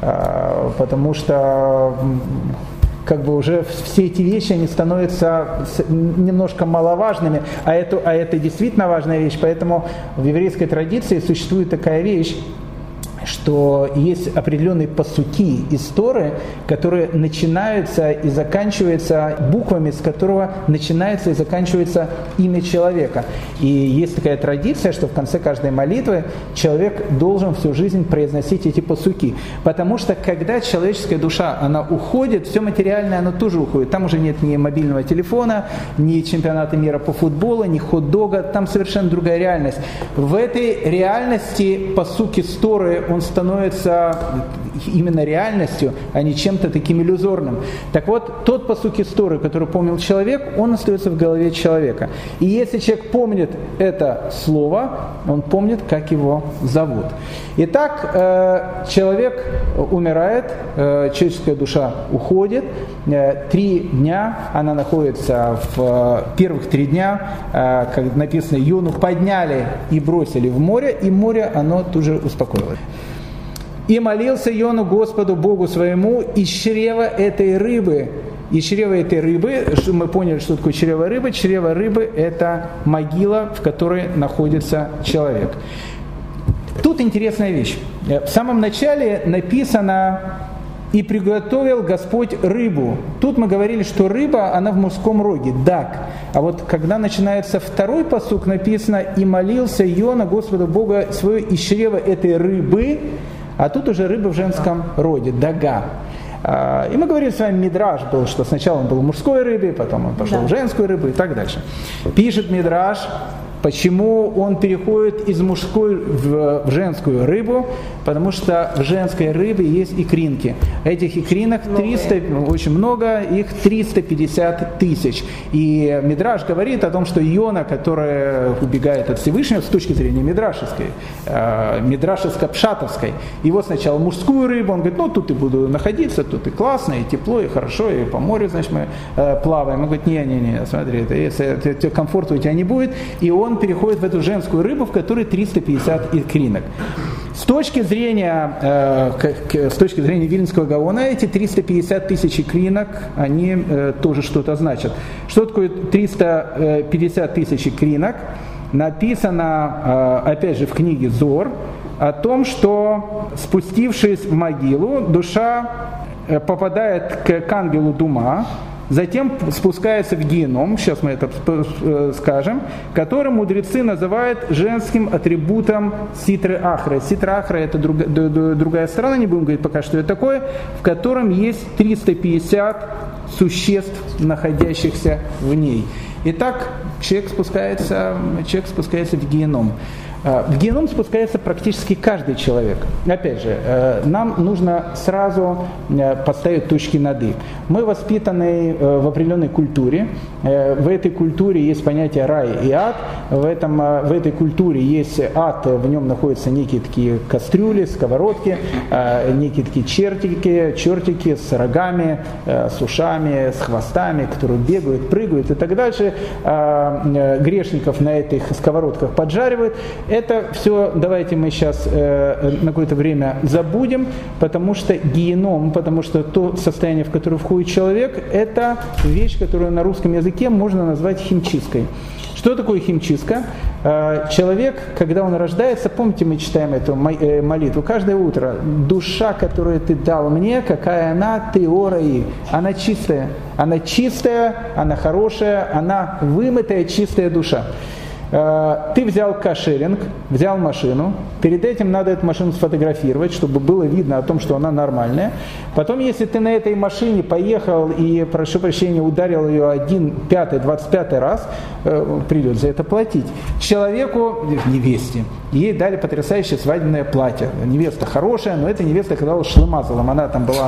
потому что как бы уже все эти вещи, они становятся немножко маловажными, а это действительно важная вещь, поэтому в еврейской традиции существует такая вещь, что есть определенные пасуки из Торы, которые начинаются и заканчиваются буквами, с которого начинается и заканчивается имя человека. И есть такая традиция, что в конце каждой молитвы человек должен всю жизнь произносить эти пасуки. Потому что когда человеческая душа, она уходит, все материальное, оно тоже уходит. Там уже нет ни мобильного телефона, ни чемпионата мира по футболу, ни хот-дога, там совершенно другая реальность. В этой реальности пасук из Торы, он становится именно реальностью, а не чем-то таким иллюзорным. Так вот, тот пасук из Торы, который помнил человек, он остается в голове человека. И если человек помнит это слово, он помнит, как его зовут. Итак, человек умирает, человеческая душа уходит, 3 дня она находится в первых 3 дня, как написано, Йону подняли и бросили в море, и море, оно тут же успокоилось. «И молился Йону Господу Богу своему из чрева этой рыбы». Из чрева этой рыбы, мы поняли, что такое чрево рыбы. Чрево рыбы – это могила, в которой находится человек. Тут интересная вещь. В самом начале написано «И приготовил Господь рыбу». Тут мы говорили, что рыба, она в мужском роге, даг. А вот когда начинается второй пасук, написано «И молился Йона Господу Бога свое из чрева этой рыбы», а тут уже рыба в женском роде, дага. И мы говорили с вами, мидраш был, что сначала он был в мужской рыбе, потом он пошел в женскую рыбу и так дальше. Пишет мидраш, почему он переходит из мужской в женскую рыбу, потому что в женской рыбе есть икринки. Этих икринок 300, очень много, их 350 тысяч. И мидраш говорит о том, что Йона, которая убегает от Всевышнего с точки зрения мидрашевской, мидрашевско-пшатовской, его сначала мужскую рыбу, он говорит, ну тут и буду находиться, тут и классно, и тепло, и хорошо, и по морю, значит, мы плаваем. Он говорит, не, смотри, если комфорта у тебя не будет, и он переходит в эту женскую рыбу, в которой 350 икринок. С точки зрения Вильнского Гаона, эти 350 тысяч икринок, они тоже что-то значат. Что такое 350 тысяч икринок? Написано, опять же, в книге Зор, о том, что, спустившись в могилу, душа попадает к ангелу Дума, затем спускается в геном, сейчас мы это скажем, который мудрецы называют женским атрибутом ситры ахры. Ситра ахры – это другая сторона, не будем говорить пока, что это такое, в котором есть 350 существ, находящихся в ней. Итак, человек спускается в геном. В геном спускается практически каждый человек. Опять же, нам нужно сразу поставить точки над «и». Мы воспитаны в определенной культуре. В этой культуре есть понятие рай и ад. В этой культуре есть ад, в нем находятся некие такие кастрюли, сковородки, некие такие чертики с рогами, с ушами, с хвостами, которые бегают, прыгают и так дальше. Грешников на этих сковородках поджаривают. Это все давайте мы сейчас на какое-то время забудем, потому что геном, потому что то состояние, в которое входит человек, это вещь, которую на русском языке можно назвать химчисткой. Что такое химчистка? Человек, когда он рождается, помните, мы читаем эту молитву каждое утро. Душа, которую ты дал мне, какая она, ты ораи. Она чистая, она хорошая, она вымытая, чистая душа. Ты взял кошеринг, взял машину, перед этим надо эту машину сфотографировать, чтобы было видно о том, что она нормальная. Потом, если ты на этой машине поехал и, прошу прощения, ударил ее 1, 5, 25 раз, придется за это платить. Человеку, невесте, ей дали потрясающее свадебное платье. Невеста хорошая, но эта невеста оказалась шлемазалом. Она там была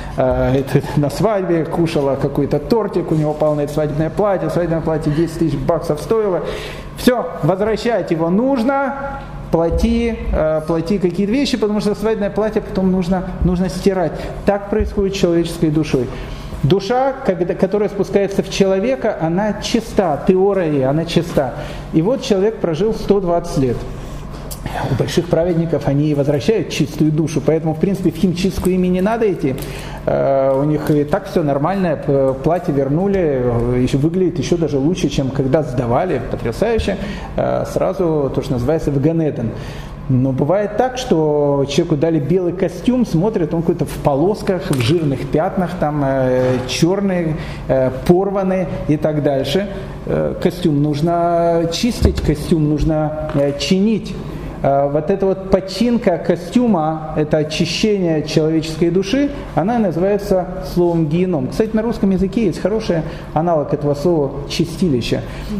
на свадьбе, кушала какой-то тортик, у него упало на это свадебное платье 10 тысяч баксов стоило. Все, возвращать его нужно, плати какие-то вещи, потому что свадебное платье потом нужно стирать. Так происходит с человеческой душой. Душа, которая спускается в человека, она чиста, теория, она чиста. И вот человек прожил 120 лет. У больших праведников они возвращают чистую душу, поэтому, в принципе, в химчистку ими не надо идти. У них и так все нормально, платье вернули, еще выглядит еще даже лучше, чем когда сдавали, потрясающе, сразу то, что называется, в Ганеден. Но бывает так, что человеку дали белый костюм, смотрит, он какой-то в полосках, в жирных пятнах, там черный, порванный и так дальше. Костюм нужно чистить, костюм нужно чинить. Вот эта вот починка костюма, это очищение человеческой души, она называется словом геном. Кстати, на русском языке есть хороший аналог этого слова чистилище.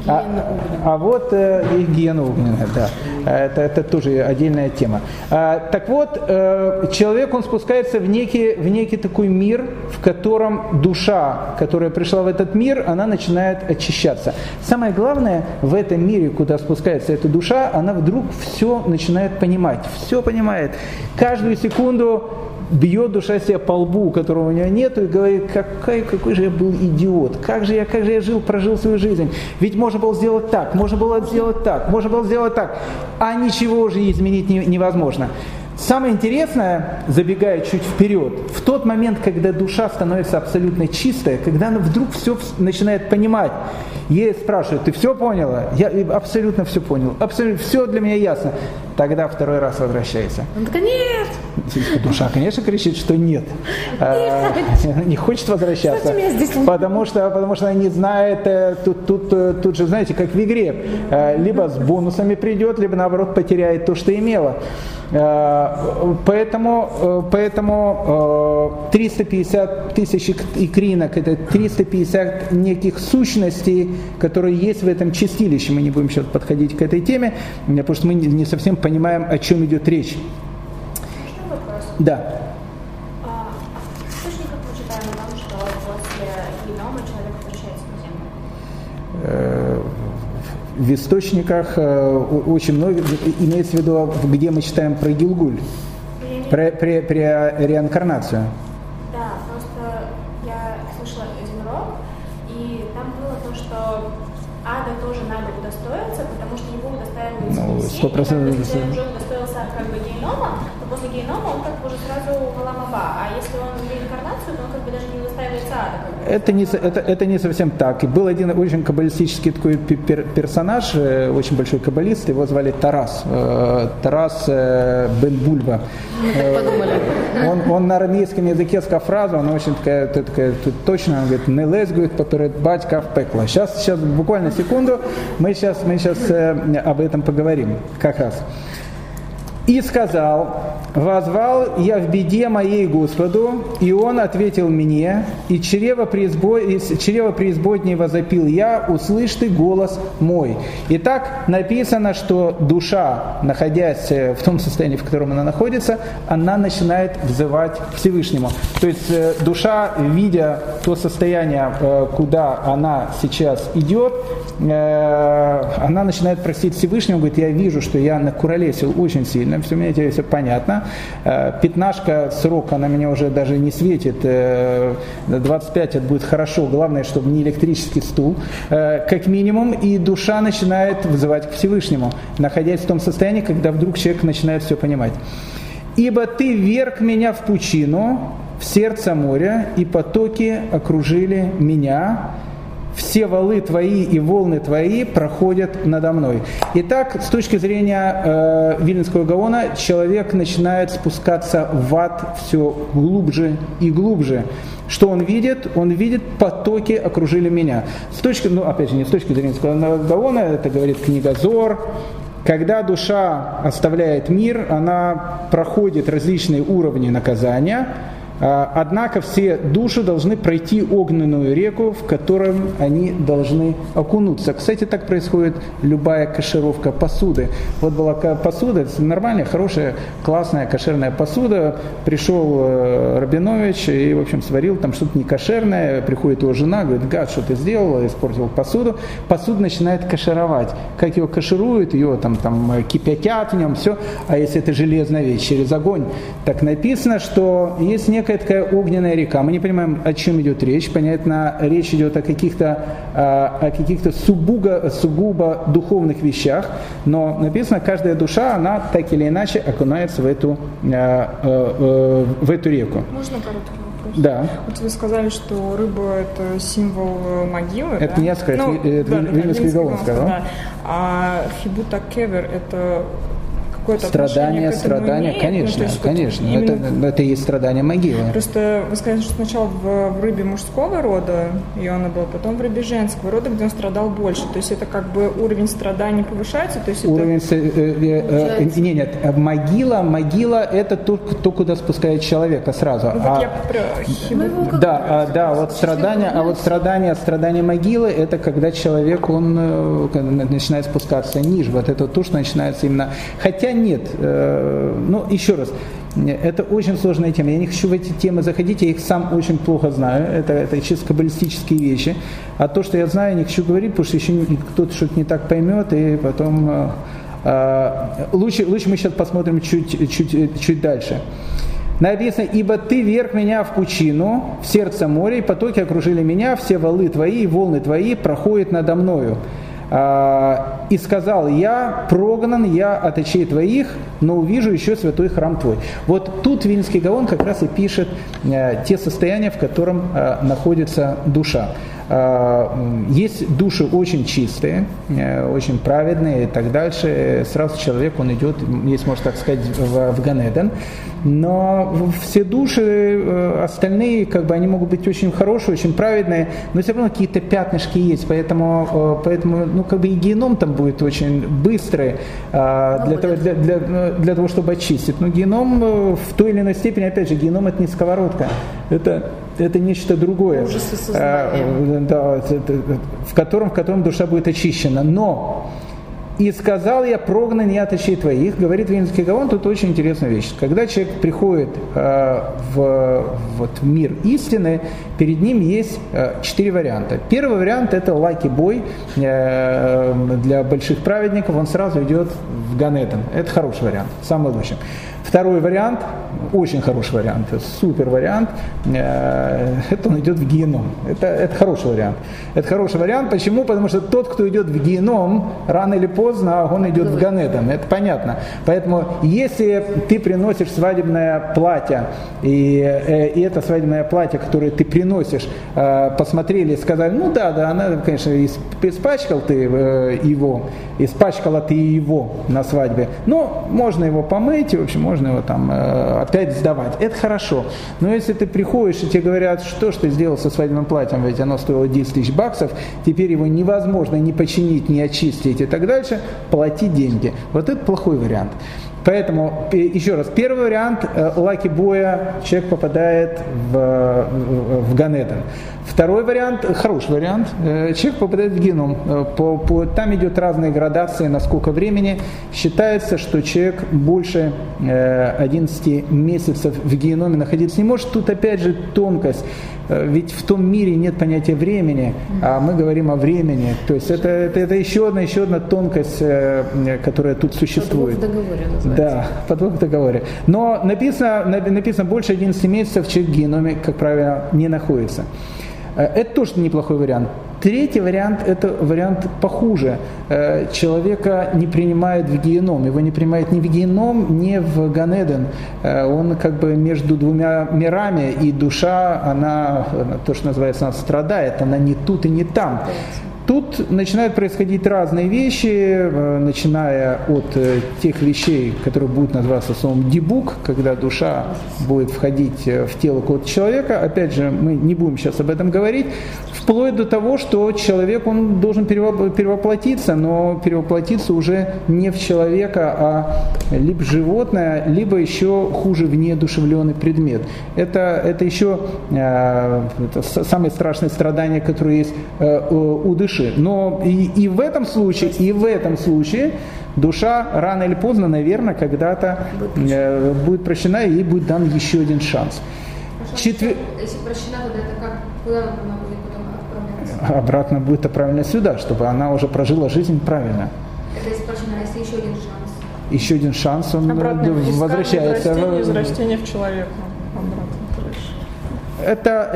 А вот гиена огненная, да. Это тоже отдельная тема. Так вот, человек, он спускается в некий такой мир, в котором душа, которая пришла в этот мир, она начинает очищаться. Самое главное, в этом мире, куда спускается эта душа, она вдруг все начинает понимать, все понимает. Каждую секунду бьет душа себя по лбу, которого у нее нету, и говорит, какой же я был идиот, как же я прожил свою жизнь. Ведь можно было сделать так, можно было сделать так, а ничего уже изменить невозможно. Самое интересное, забегая чуть вперед, в тот момент, когда душа становится абсолютно чистая, когда она вдруг все начинает понимать, ей спрашивают, ты все поняла? Я абсолютно все понял, абсолютно все для меня ясно. Тогда второй раз возвращается. Он такой, нет! Душа, конечно, кричит, что нет. Не хочет возвращаться, потому что она не знает, тут же, знаете, как в игре, либо с бонусами придет, либо наоборот потеряет то, что имела. Поэтому 350 тысяч икринок, это 350 неких сущностей, которые есть в этом чистилище. Мы не будем сейчас подходить к этой теме, потому что мы не совсем понимаем, о чем идет речь. Можно вопрос? Да. В источниках мы читаем о том, что после генома человек возвращается на Землю. В источниках очень много, имеется в виду, где мы читаем про Гилгуль, про реинкарнацию. Да, просто я слышала один урок, и там было то, что ада тоже надо удостоиться, потому что его удостаивают все. Если уже удостоился как бы генома, то после генома он как бы уже сразу в Алам-Аба, а если он в реинкарнацию, то он как бы даже не удостаивается ада. Это не совсем так. И был один очень каббалистический такой персонаж, очень большой каббалист, его звали Тарас бен Бульба. Мы так подумали. Он на арамейском языке сказал фразу, она очень такая точная, он говорит, не лезь, говорит, поперед батька в пекло. Сейчас буквально секунду, мы сейчас об этом поговорим как раз. И сказал, возвал я в беде моей Господу, и Он ответил мне, и из чрева преизбодней возопил я, услышь ты голос мой. Итак, написано, что душа, находясь в том состоянии, в котором она находится, она начинает взывать к Всевышнему. То есть душа, видя то состояние, куда она сейчас идет, она начинает просить Всевышнего, говорит, я вижу, что я накуролесил очень сильно, все, мне теперь все понятно. Пятнашка срок, она меня уже даже не светит, 25 это будет хорошо, главное, чтобы не электрический стул, как минимум, и душа начинает вызывать к Всевышнему, находясь в том состоянии, когда вдруг человек начинает все понимать. «Ибо ты вверг меня в пучину, в сердце моря, и потоки окружили меня, все валы твои и волны твои проходят надо мной». Итак, с точки зрения Виленского Гаона, человек начинает спускаться в ад все глубже и глубже. Что он видит? Он видит, потоки окружили меня. Опять же, не с точки зрения Виленского Гаона, это говорит книга Зоар. Когда душа оставляет мир, она проходит различные уровни наказания. Однако все души должны пройти огненную реку, в котором они должны окунуться. Кстати, так происходит любая кашировка посуды. Вот была посуда, нормальная, хорошая, классная кошерная посуда. Пришел Рабинович и, в общем, сварил там что-то некошерное. Приходит его жена, говорит, гад, что ты сделал, испортил посуду. Посуда начинает кашировать. Как ее кашируют, ее там кипятят в нем, все. А если это железная вещь, через огонь, так написано, что есть некая такая огненная река. Мы не понимаем, о чем идет речь. Понятно, речь идет о каких-то сугубо духовных вещах, но написано, каждая душа, она так или иначе окунается в эту реку. Можно короткий вопрос? Да. Вот вы сказали, что рыба – это символ могилы. Это да? не я сказал, это Виленский Гаон сказал. Да. А хибута кевер – это страдания, имеет? Конечно, конечно. Именно... Это и есть страдание могилы. Просто вы сказали, что сначала в рыбе мужского рода Иона был, потом в рыбе женского рода, где он страдал больше. То есть это как бы уровень страданий повышается? То есть уровень... Нет. Могила это то, куда спускает человека сразу. Вот страдание могилы, это когда человек, он начинает спускаться ниже. Вот это то, что начинается именно... Хотя нет, еще раз, это очень сложная тема. Я не хочу в эти темы заходить, я их сам очень плохо знаю. Это чисто каббалистические вещи. А то, что я знаю, я не хочу говорить, потому что еще кто-то что-то не так поймет, и потом... Лучше мы сейчас посмотрим чуть дальше. Написано, ибо ты вверг меня в пучину, в сердце моря, и потоки окружили меня, все валы твои и волны твои проходят надо мною. И сказал, я прогнан, я от очей твоих, но увижу еще святой храм твой. Вот тут Виленский Гаон как раз и пишет те состояния, в котором находится душа. Есть души очень чистые, очень праведные и так дальше. Сразу человек, он идет, если можно так сказать, в Ганеден. Но все души остальные, как бы они могут быть очень хорошие, очень праведные, но все равно какие-то пятнышки есть. Поэтому и геном там будет очень быстрый для того, чтобы очистить. Но геном в той или иной степени, опять же, геном это не сковородка. Это нечто другое, в котором душа будет очищена. Но «И сказал я, прогнан я от очей твоих», говорит Виленский Гаон, тут очень интересная вещь. Когда человек приходит в мир истины, перед ним есть 4 варианта. Первый вариант – это lucky boy для больших праведников, он сразу идет в Ганеден. Это хороший вариант, самый лучший. Второй вариант, очень хороший вариант, супер вариант, это он идет в геном. Это хороший вариант. Это хороший вариант. Почему? Потому что тот, кто идет в геном, рано или поздно он идет в Ганеден. Это понятно. Поэтому если ты приносишь свадебное платье, и это свадебное платье, которое ты приносишь, посмотрели и сказали, она, конечно, испачкала ты его на свадьбе, но можно его помыть, в общем, можно его там опять сдавать. Это хорошо. Но если ты приходишь и тебе говорят, что ж ты сделал со свадебным платьем, ведь оно стоило 10 тысяч баксов, теперь его невозможно ни починить, ни очистить и так дальше, плати деньги. Вот это плохой вариант. Поэтому, еще раз, первый вариант Лаки Боя, человек попадает в Ганеден. Второй вариант, хороший вариант, человек попадает в геном. Там идет разные градации, на сколько времени. Считается, что человек больше 11 месяцев в геноме находиться не может. Тут опять же тонкость. Ведь в том мире нет понятия времени, а мы говорим о времени. То есть это еще одна тонкость, которая тут существует. Подвох в договоре называется. Да, подвох в договоре. Но написано больше 11 месяцев человек в геноме, как правило, не находится. Это тоже неплохой вариант. Третий вариант – это вариант похуже. Человека не принимают в геном. Его не принимают ни в геном, ни в Ганеден. Он как бы между двумя мирами, и душа, она, то, что называется, она страдает. Она не тут и не там. Тут начинают происходить разные вещи, начиная от тех вещей, которые будут называться словом дебук, когда душа будет входить в тело какого-то человека. Опять же, мы не будем сейчас об этом говорить, вплоть до того, что человек, он должен перевоплотиться, но перевоплотиться уже не в человека, а либо в животное, либо еще хуже, в неодушевленный предмет. Это еще самые страшные страдания, которые есть у души. Но и в этом случае душа рано или поздно, наверное, когда-то будет прощена, и ей будет дан еще один шанс. Если прощена, тогда это как? Куда она будет потом отправляться? Обратно будет отправлена сюда, чтобы она уже прожила жизнь правильно. Это если прощена, если еще один шанс? Еще один шанс, он возвращается. Из растения в человека. То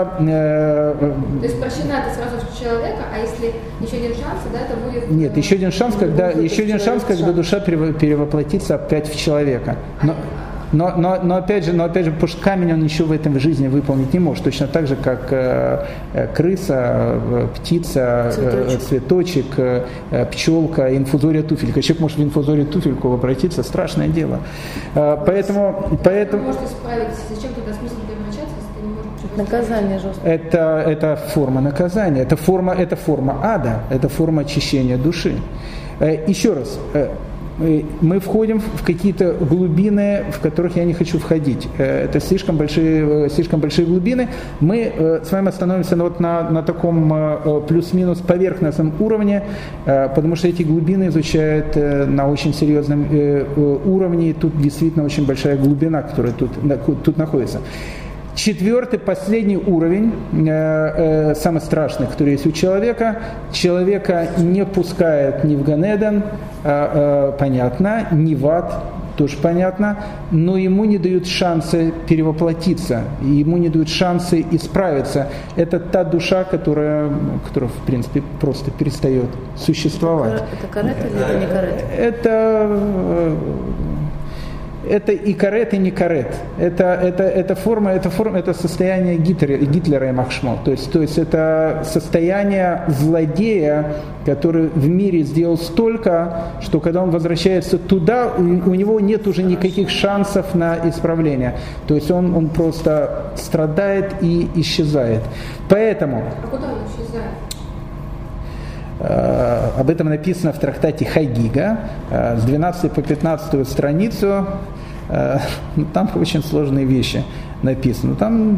есть прощена это сразу в человека, а если еще один шанс, тогда это будет... Нет, еще один шанс, когда душа перевоплотится опять в человека. Но опять же, потому что камень он ничего в этом жизни выполнить не может. Точно так же, как крыса, птица, цветочек, пчелка, инфузория туфелька. Человек может в инфузорию туфельку обратиться, страшное дело. Поэтому... Может исправить, зачем тогда смысл превращаться, если ты не можешь... Наказание жесткое. Это форма наказания, это форма ада, это форма очищения души. Еще раз, мы входим в какие-то глубины, в которых я не хочу входить. Это слишком большие глубины. Мы с вами остановимся на таком плюс-минус поверхностном уровне, потому что эти глубины изучают на очень серьезном уровне, и тут действительно очень большая глубина, которая тут находится. Четвертый, последний уровень, самый страшный, который есть у человека не пускает ни в Ганеден, понятно, ни в ад, тоже понятно, но ему не дают шансы перевоплотиться, ему не дают шансы исправиться. Это та душа, которая в принципе, просто перестает существовать. Это карет или это не карет? Это и карет, и не карет. Это состояние Гитлера и Махшмо. То есть это состояние злодея, который в мире сделал столько, что когда он возвращается туда, у него нет уже никаких шансов на исправление. То есть он просто страдает и исчезает. Поэтому... А куда он исчезает? Об этом написано в трактате Хагига с 12 по 15 страницу. Там очень сложные вещи написаны.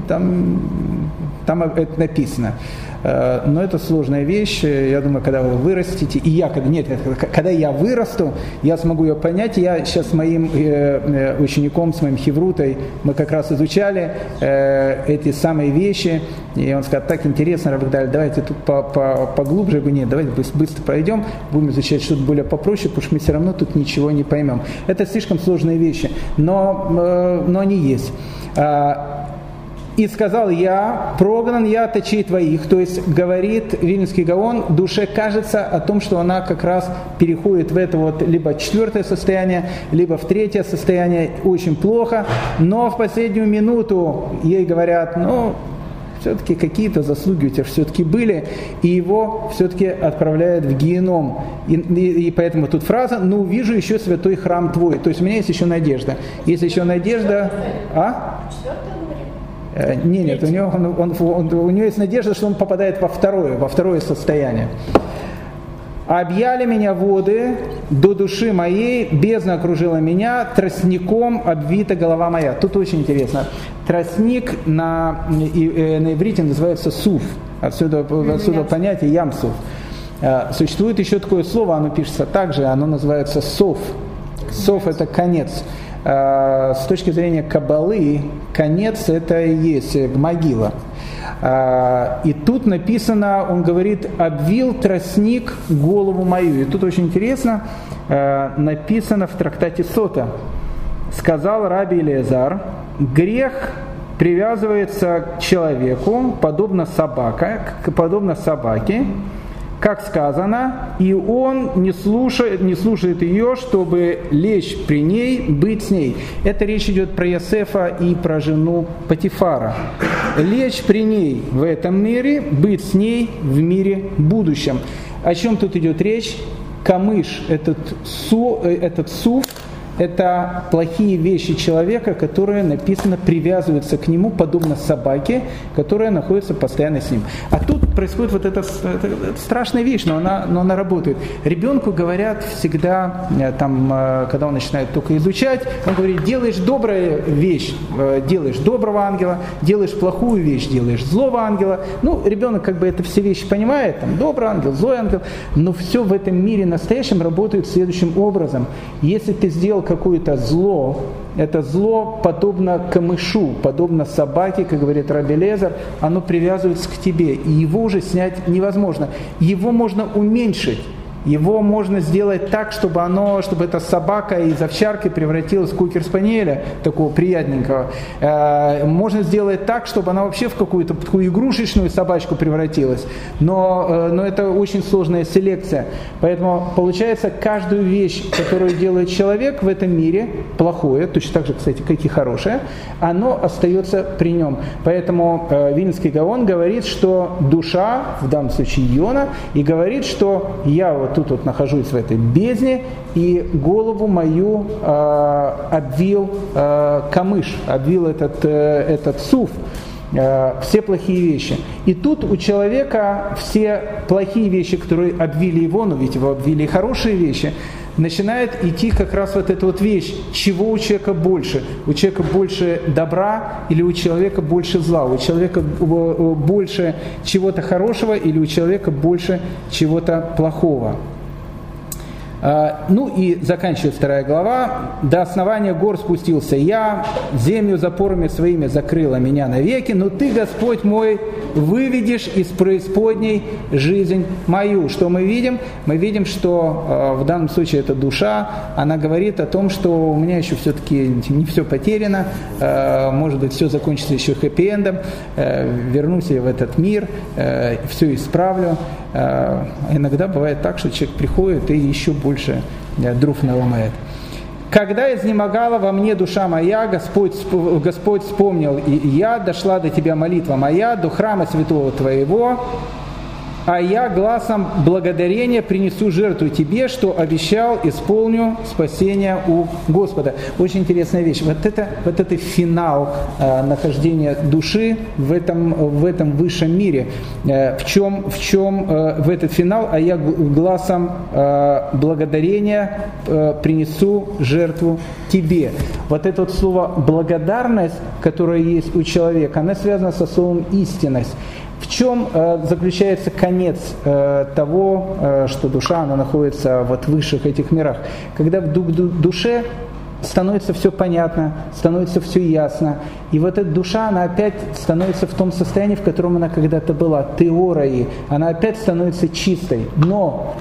Там это написано. Но это сложная вещь. Я думаю, когда вы вырастете, когда я вырасту, я смогу ее понять. Я сейчас с моим учеником, с моим хеврутой, мы как раз изучали эти самые вещи. И он сказал: так интересно, Рабагдаль, давайте тут поглубже. Я говорю: нет, давайте быстро пройдем, будем изучать что-то более попроще, потому что мы все равно тут ничего не поймем. Это слишком сложные вещи, но они есть. И сказал я: прогнан я от очей твоих. То есть говорит Вильнюсский Гаон, душе кажется о том, что она как раз переходит в это вот либо четвертое состояние, либо в третье состояние, очень плохо, но в последнюю минуту ей говорят: все-таки какие-то заслуги у тебя все-таки были, и его все-таки отправляют в геном. И поэтому тут фраза: увижу еще святой храм твой. То есть у меня есть еще надежда. Есть еще надежда... Нет, у него есть надежда, что он попадает во второе состояние. объяли меня воды до души моей, бездна окружила меня, тростником обвита голова моя. Тут очень интересно. Тростник на иврите называется суф. Отсюда понятие ямсуф. Существует еще такое слово, оно пишется также, оно называется сов. Сов – это конец. С точки зрения каббалы, конец – это и есть могила. И тут написано, он говорит, обвил тростник голову мою. И тут очень интересно, написано в трактате Сота. Сказал Раби Элиэзар, грех привязывается к человеку, подобно собаке, как сказано, и он не слушает ее, чтобы лечь при ней, быть с ней. Это речь идет про Йосефа и про жену Потифара. Лечь при ней в этом мире, быть с ней в мире будущем. О чем тут идет речь? Камыш, этот суф, это плохие вещи человека, которые, написано, привязываются к нему, подобно собаке, которая находится постоянно с ним. А тут происходит вот эта страшная вещь, но она работает. Ребенку говорят всегда, когда он начинает только изучать, он говорит, делаешь добрую вещь, делаешь доброго ангела, делаешь плохую вещь, делаешь злого ангела. Ребенок это все вещи понимает, добрый ангел, злой ангел, но все в этом мире настоящем работает следующим образом. Если ты сделал какое-то зло, это зло подобно камышу, подобно собаке, как говорит Раби Элиэзар, оно привязывается к тебе, и его уже снять невозможно. Его можно уменьшить. Его можно сделать так, чтобы эта собака из овчарки превратилась в кукер-спаниеля, такого приятненького. Можно сделать так, чтобы она вообще в какую-то такую игрушечную собачку превратилась. Но это очень сложная селекция. Поэтому получается, каждую вещь, которую делает человек в этом мире, плохое, точно так же, кстати, как и хорошее, оно остается при нем. Поэтому Вильнский Гаон говорит, что душа, в данном случае Йона, и говорит, что я тут нахожусь в этой бездне, и голову мою обвил камыш, обвил этот суф, все плохие вещи. И тут у человека все плохие вещи, которые обвили его, но ведь его обвили и хорошие вещи, начинает идти как раз вот эта вот вещь, чего у человека больше? У человека больше добра или у человека больше зла? У человека больше чего-то хорошего или у человека больше чего-то плохого? И заканчивая 2 глава. «До основания гор спустился я, землю запорами своими закрыла меня навеки, но ты, Господь мой, выведешь из преисподней жизнь мою». Что мы видим? Мы видим, что в данном случае эта душа, она говорит о том, что у меня еще все-таки не все потеряно, может быть, все закончится еще хэппи-эндом, вернусь я в этот мир, все исправлю. Иногда бывает так, что человек приходит и еще больше дров наломает. «Когда изнемогала во мне душа моя, Господь вспомнил, и я, дошла до Тебя молитва моя, до храма святого Твоего, а я гласом благодарения принесу жертву Тебе, что обещал, исполню спасение у Господа». Очень интересная вещь. Вот это финал нахождения души в этом высшем мире. В чем в этот финал? А я гласом благодарения принесу жертву Тебе. Вот это вот слово благодарность, которое есть у человека, она связана со словом истинность. В чем заключается конец того, что душа она находится в высших этих мирах? Когда в душе становится все понятно, становится все ясно, и вот эта душа, она опять становится в том состоянии, в котором она когда-то была, теорой, она опять становится чистой. Но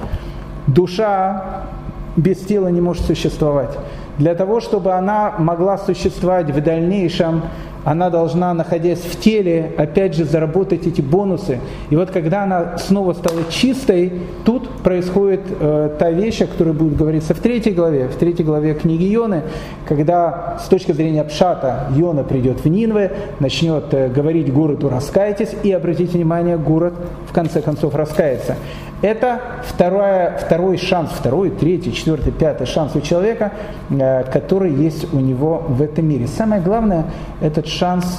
душа без тела не может существовать. Для того, чтобы она могла существовать в дальнейшем, она должна, находясь в теле, опять же заработать эти бонусы. И вот когда она снова стала чистой, тут происходит та вещь, о которой будет говориться в 3 главе. В 3 главе книги Йоны, когда с точки зрения пшата Йона придет в Нинве, начнет говорить городу «раскайтесь», и, обратите внимание, город в конце концов раскается. Это второй шанс, 2, 3, 4, 5 шанс у человека, который есть у него в этом мире. Самое главное, этот шанс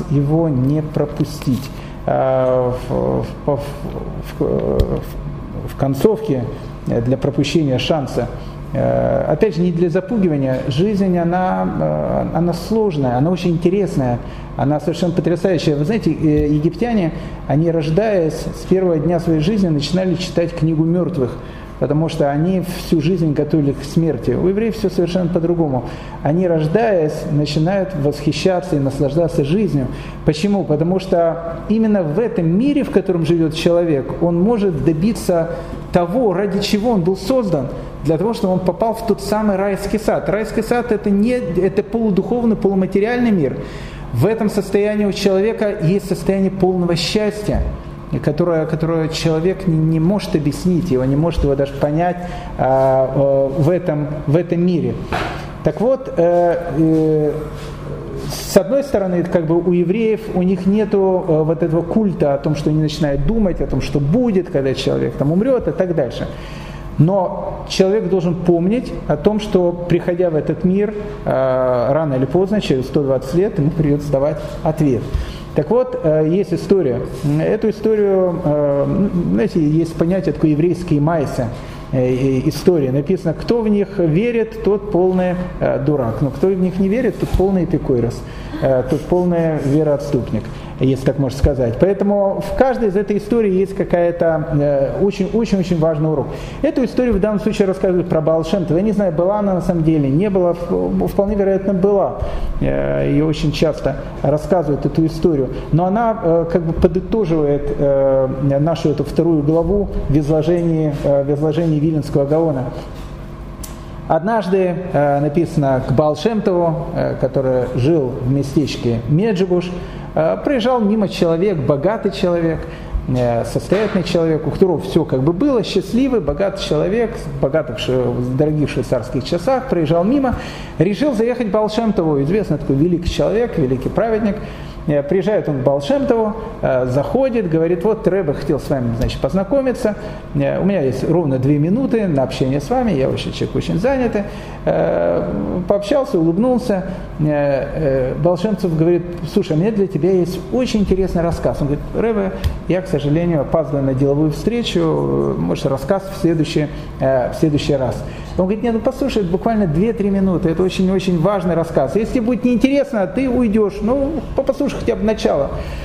в концовке для пропущения шанса. Опять же, не для запугивания. Жизнь, она сложная, она очень интересная, она совершенно потрясающая. Вы знаете, египтяне, они, рождаясь, с первого дня своей жизни начинали читать книгу мертвых, потому что они всю жизнь готовили к смерти. У евреев все совершенно по-другому. Они, рождаясь, начинают восхищаться и наслаждаться жизнью. Почему? Потому что именно в этом мире, в котором живет человек, он может добиться того, ради чего он был создан, для того, чтобы он попал в тот самый райский сад. Райский сад – это полудуховный, полуматериальный мир. В этом состоянии у человека есть состояние полного счастья, которое человек не может объяснить, его не может его даже понять в этом мире. Так вот, с одной стороны, как бы у евреев, у них нету вот этого культа о том, что они начинают думать о том, что будет, когда человек там умрет и так дальше. Но человек должен помнить о том, что, приходя в этот мир, рано или поздно, через 120 лет, ему придется давать ответ. Так вот, есть история. Эту историю, знаете, есть понятие такое еврейские майсы. Истории. Написано, кто в них верит, тот полный дурак. Но кто в них не верит, тот полный эпикурос, тот полный вероотступник, если так можно сказать. Поэтому в каждой из этой истории есть какая-то очень-очень важный урок. Эту историю в данном случае рассказывают про Баал Шем Тов. Я не знаю, была она на самом деле, не была, вполне вероятно была. Ее очень часто рассказывают, эту историю. Но она как бы подытоживает нашу эту вторую главу в изложении Виленского Гаона. Однажды написано к Баал Шем Тову, который жил в местечке Меджибуш, проезжал мимо человек, богатый человек, состоятельный человек, у которого все как бы было, счастливый, богатый человек, в дорогих швейцарских часах, проезжал мимо, решил заехать к Баал Шем Тову, известный такой великий человек, великий праведник. Приезжает он к Баал Шем Тову, заходит, говорит, вот Ребе хотел с вами, значит, познакомиться, у меня есть ровно 2 минуты на общение с вами, я вообще человек очень занятый, пообщался, улыбнулся, Баал Шем Тов говорит, слушай, у меня для тебя есть очень интересный рассказ. Он говорит, Ребе, я, к сожалению, опаздываю на деловую встречу, может, рассказ в следующий раз. Он говорит, нет, ну послушай, буквально 2-3 минуты, это очень-очень важный рассказ. Если тебе будет неинтересно, ты уйдешь, послушай хотя бы начало.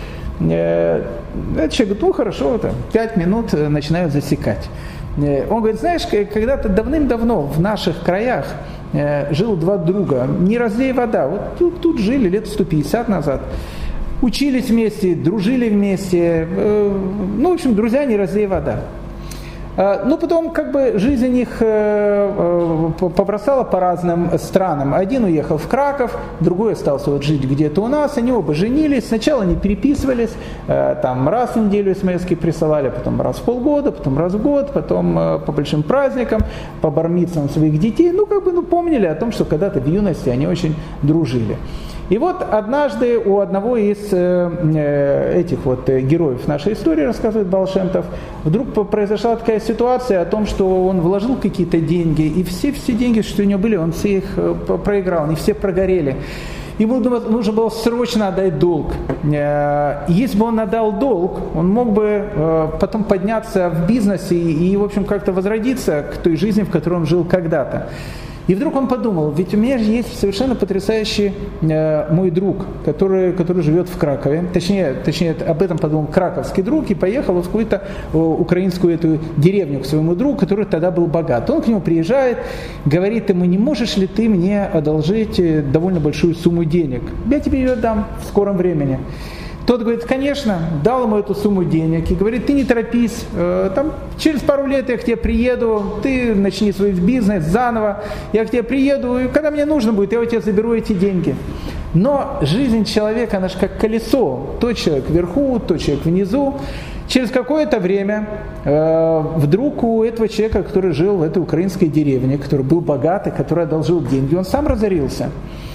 Этот человек говорит, ну хорошо, 5 минут начинают засекать. Он говорит, знаешь, когда-то давным-давно в наших краях жил 2 друга, не разлей вода, вот тут жили лет 150 назад. Учились вместе, дружили вместе, в общем, друзья, не разлей вода. Но потом как бы жизнь их побросала по разным странам. Один уехал в Краков, другой остался вот жить где-то у нас. Они оба женились. Сначала они переписывались, там раз в неделю смс-ки присылали, потом раз в полгода, потом раз в год, потом по большим праздникам, по бар-мицвам своих детей. Помнили о том, что когда-то в юности они очень дружили. И вот однажды у одного из этих вот героев нашей истории, рассказывает Баал Шем Тов, вдруг произошла такая ситуация о том, что он вложил какие-то деньги, и все деньги, что у него были, он все их проиграл, они все прогорели. Ему нужно было срочно отдать долг. Если бы он отдал долг, он мог бы потом подняться в бизнесе и в общем, как-то возродиться к той жизни, в которой он жил когда-то. И вдруг он подумал, ведь у меня же есть совершенно потрясающий мой друг, который живет в Кракове. Точнее, об этом подумал краковский друг и поехал в какую-то украинскую эту деревню к своему другу, который тогда был богат. Он к нему приезжает, говорит ему, не можешь ли ты мне одолжить довольно большую сумму денег? Я тебе ее дам в скором времени. Тот говорит, конечно, дал ему эту сумму денег и говорит, ты не торопись, через пару лет я к тебе приеду, ты начни свой бизнес заново, я к тебе приеду, и когда мне нужно будет, я у тебя заберу эти деньги. Но жизнь человека, она же как колесо, то человек вверху, то человек внизу. Через какое-то время вдруг у этого человека, который жил в этой украинской деревне, который был богатый, который одолжил деньги, он сам разорился.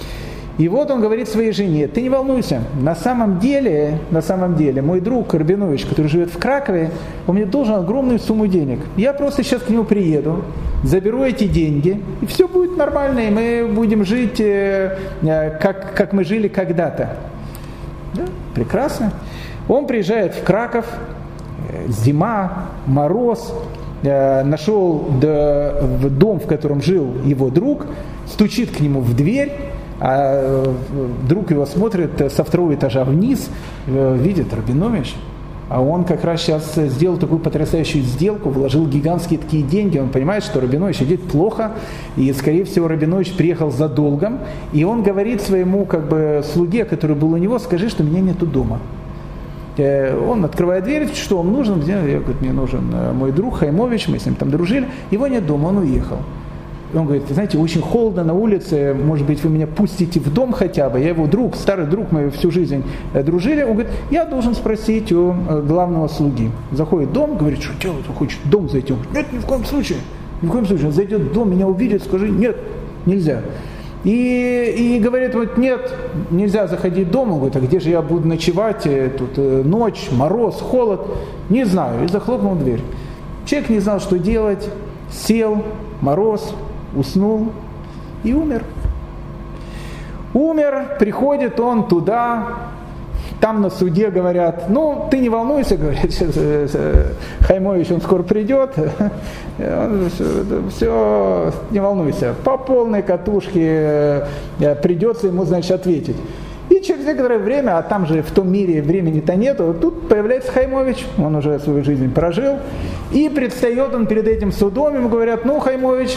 И вот он говорит своей жене, ты не волнуйся, на самом деле, мой друг Рабинович, который живет в Кракове, он мне должен огромную сумму денег. Я просто сейчас к нему приеду, заберу эти деньги, и все будет нормально, и мы будем жить, как мы жили когда-то. Да, прекрасно. Он приезжает в Краков, зима, мороз, нашел дом, в котором жил его друг, стучит к нему в дверь, а друг его смотрит со второго этажа вниз, видит Рабинович, а он как раз сейчас сделал такую потрясающую сделку, вложил гигантские такие деньги, он понимает, что Рабинович идет плохо, и, скорее всего, Рабинович приехал за долгом, и он говорит своему слуге, который был у него, скажи, что меня нету дома. Он открывает дверь, что вам нужно, я говорю, мне нужен мой друг Хаймович, мы с ним там дружили, его нет дома, он уехал. Он говорит, знаете, очень холодно на улице, может быть, вы меня пустите в дом хотя бы, я его друг, старый друг, мы всю жизнь дружили. Он говорит, я должен спросить у главного слуги. Заходит в дом, говорит, что делать, он хочет в дом зайти. Он говорит, нет, ни в коем случае, он зайдет в дом, меня увидит, скажи, нет, нельзя. И говорит, вот нет, нельзя заходить в дом. Он говорит, а где же я буду ночевать, тут ночь, мороз, холод, не знаю, и захлопнул дверь. Человек не знал, что делать, сел, мороз, уснул и умер. Умер, приходит он туда, там на суде говорят, ну, ты не волнуйся, говорит, Хаймович, он скоро придет, все, не волнуйся, по полной катушке придется ему, значит, ответить. И через некоторое время, а там же в том мире времени-то нету, тут появляется Хаймович, он уже свою жизнь прожил, и предстает он перед этим судом, ему говорят, ну, Хаймович,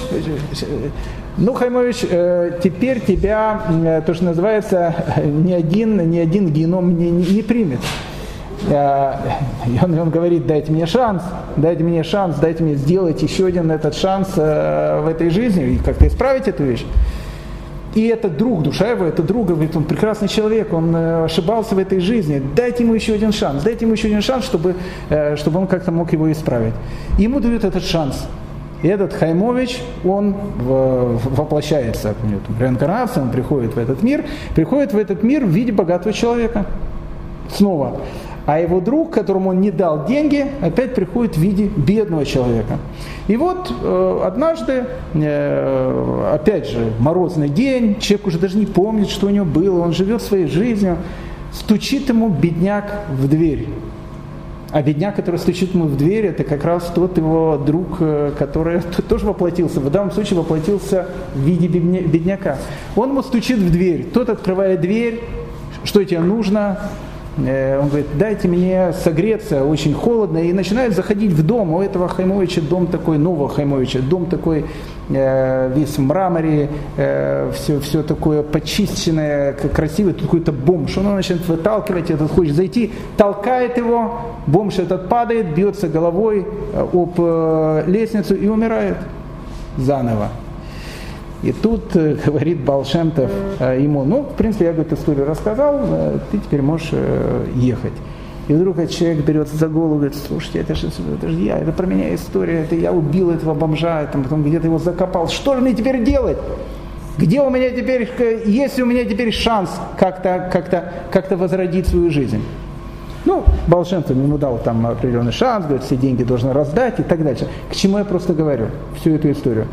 теперь тебя, то, что называется, ни один геном не примет. И он говорит, дайте мне шанс, дайте мне сделать еще один этот шанс в этой жизни, и как-то исправить эту вещь. И этот друг, душа его, это друг, говорит, он прекрасный человек, он ошибался в этой жизни, дайте ему еще один шанс, чтобы он как-то мог его исправить. И ему дают этот шанс. И этот Хаймович, он воплощается, у него там реинкарнация, он приходит в этот мир в виде богатого человека. Снова. А его друг, которому он не дал деньги, опять приходит в виде бедного человека. И вот однажды, опять же, морозный день, человек уже даже не помнит, что у него было, он живет своей жизнью, стучит ему бедняк в дверь. А бедняк, который стучит ему в дверь, это как раз тот его друг, который тоже воплотился, в данном случае воплотился в виде бедняка. Он ему стучит в дверь, тот открывает дверь, что тебе нужно? Он говорит, дайте мне согреться, очень холодно, и начинает заходить в дом. У этого Хаймовича дом такой, нового Хаймовича, дом такой весь в мраморе, все такое почищенное, красивое, тут какой-то бомж. Он начинает выталкивать, этот хочет зайти, толкает его, бомж этот падает, бьется головой об лестницу и умирает заново. И тут говорит Баал Шем Тов ему, в принципе, я, говорит, историю рассказал, ты теперь можешь ехать. И вдруг этот человек берется за голову, говорит, слушайте, это же я, это про меня история, это я убил этого бомжа, потом где-то его закопал, что же мне теперь делать? Где у меня теперь, есть ли у меня теперь шанс как-то возродить свою жизнь? Баал Шем Тов ему дал там определенный шанс, говорит, все деньги должны раздать и так дальше. К чему я просто говорю всю эту историю?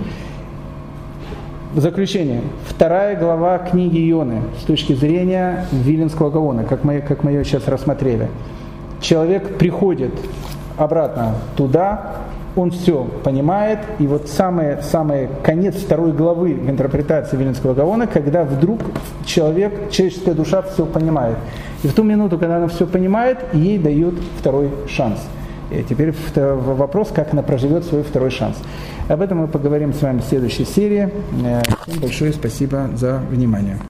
В заключение, 2 глава книги Ионы с точки зрения Виленского Гаона, как мы ее сейчас рассмотрели. Человек приходит обратно туда, он все понимает, и вот самый конец 2 главы в интерпретации Виленского Гаона, когда вдруг человеческая душа все понимает. И в ту минуту, когда она все понимает, ей дают второй шанс. И теперь вопрос, как она проживет свой второй шанс. Об этом мы поговорим с вами в следующей серии. Всем большое спасибо за внимание.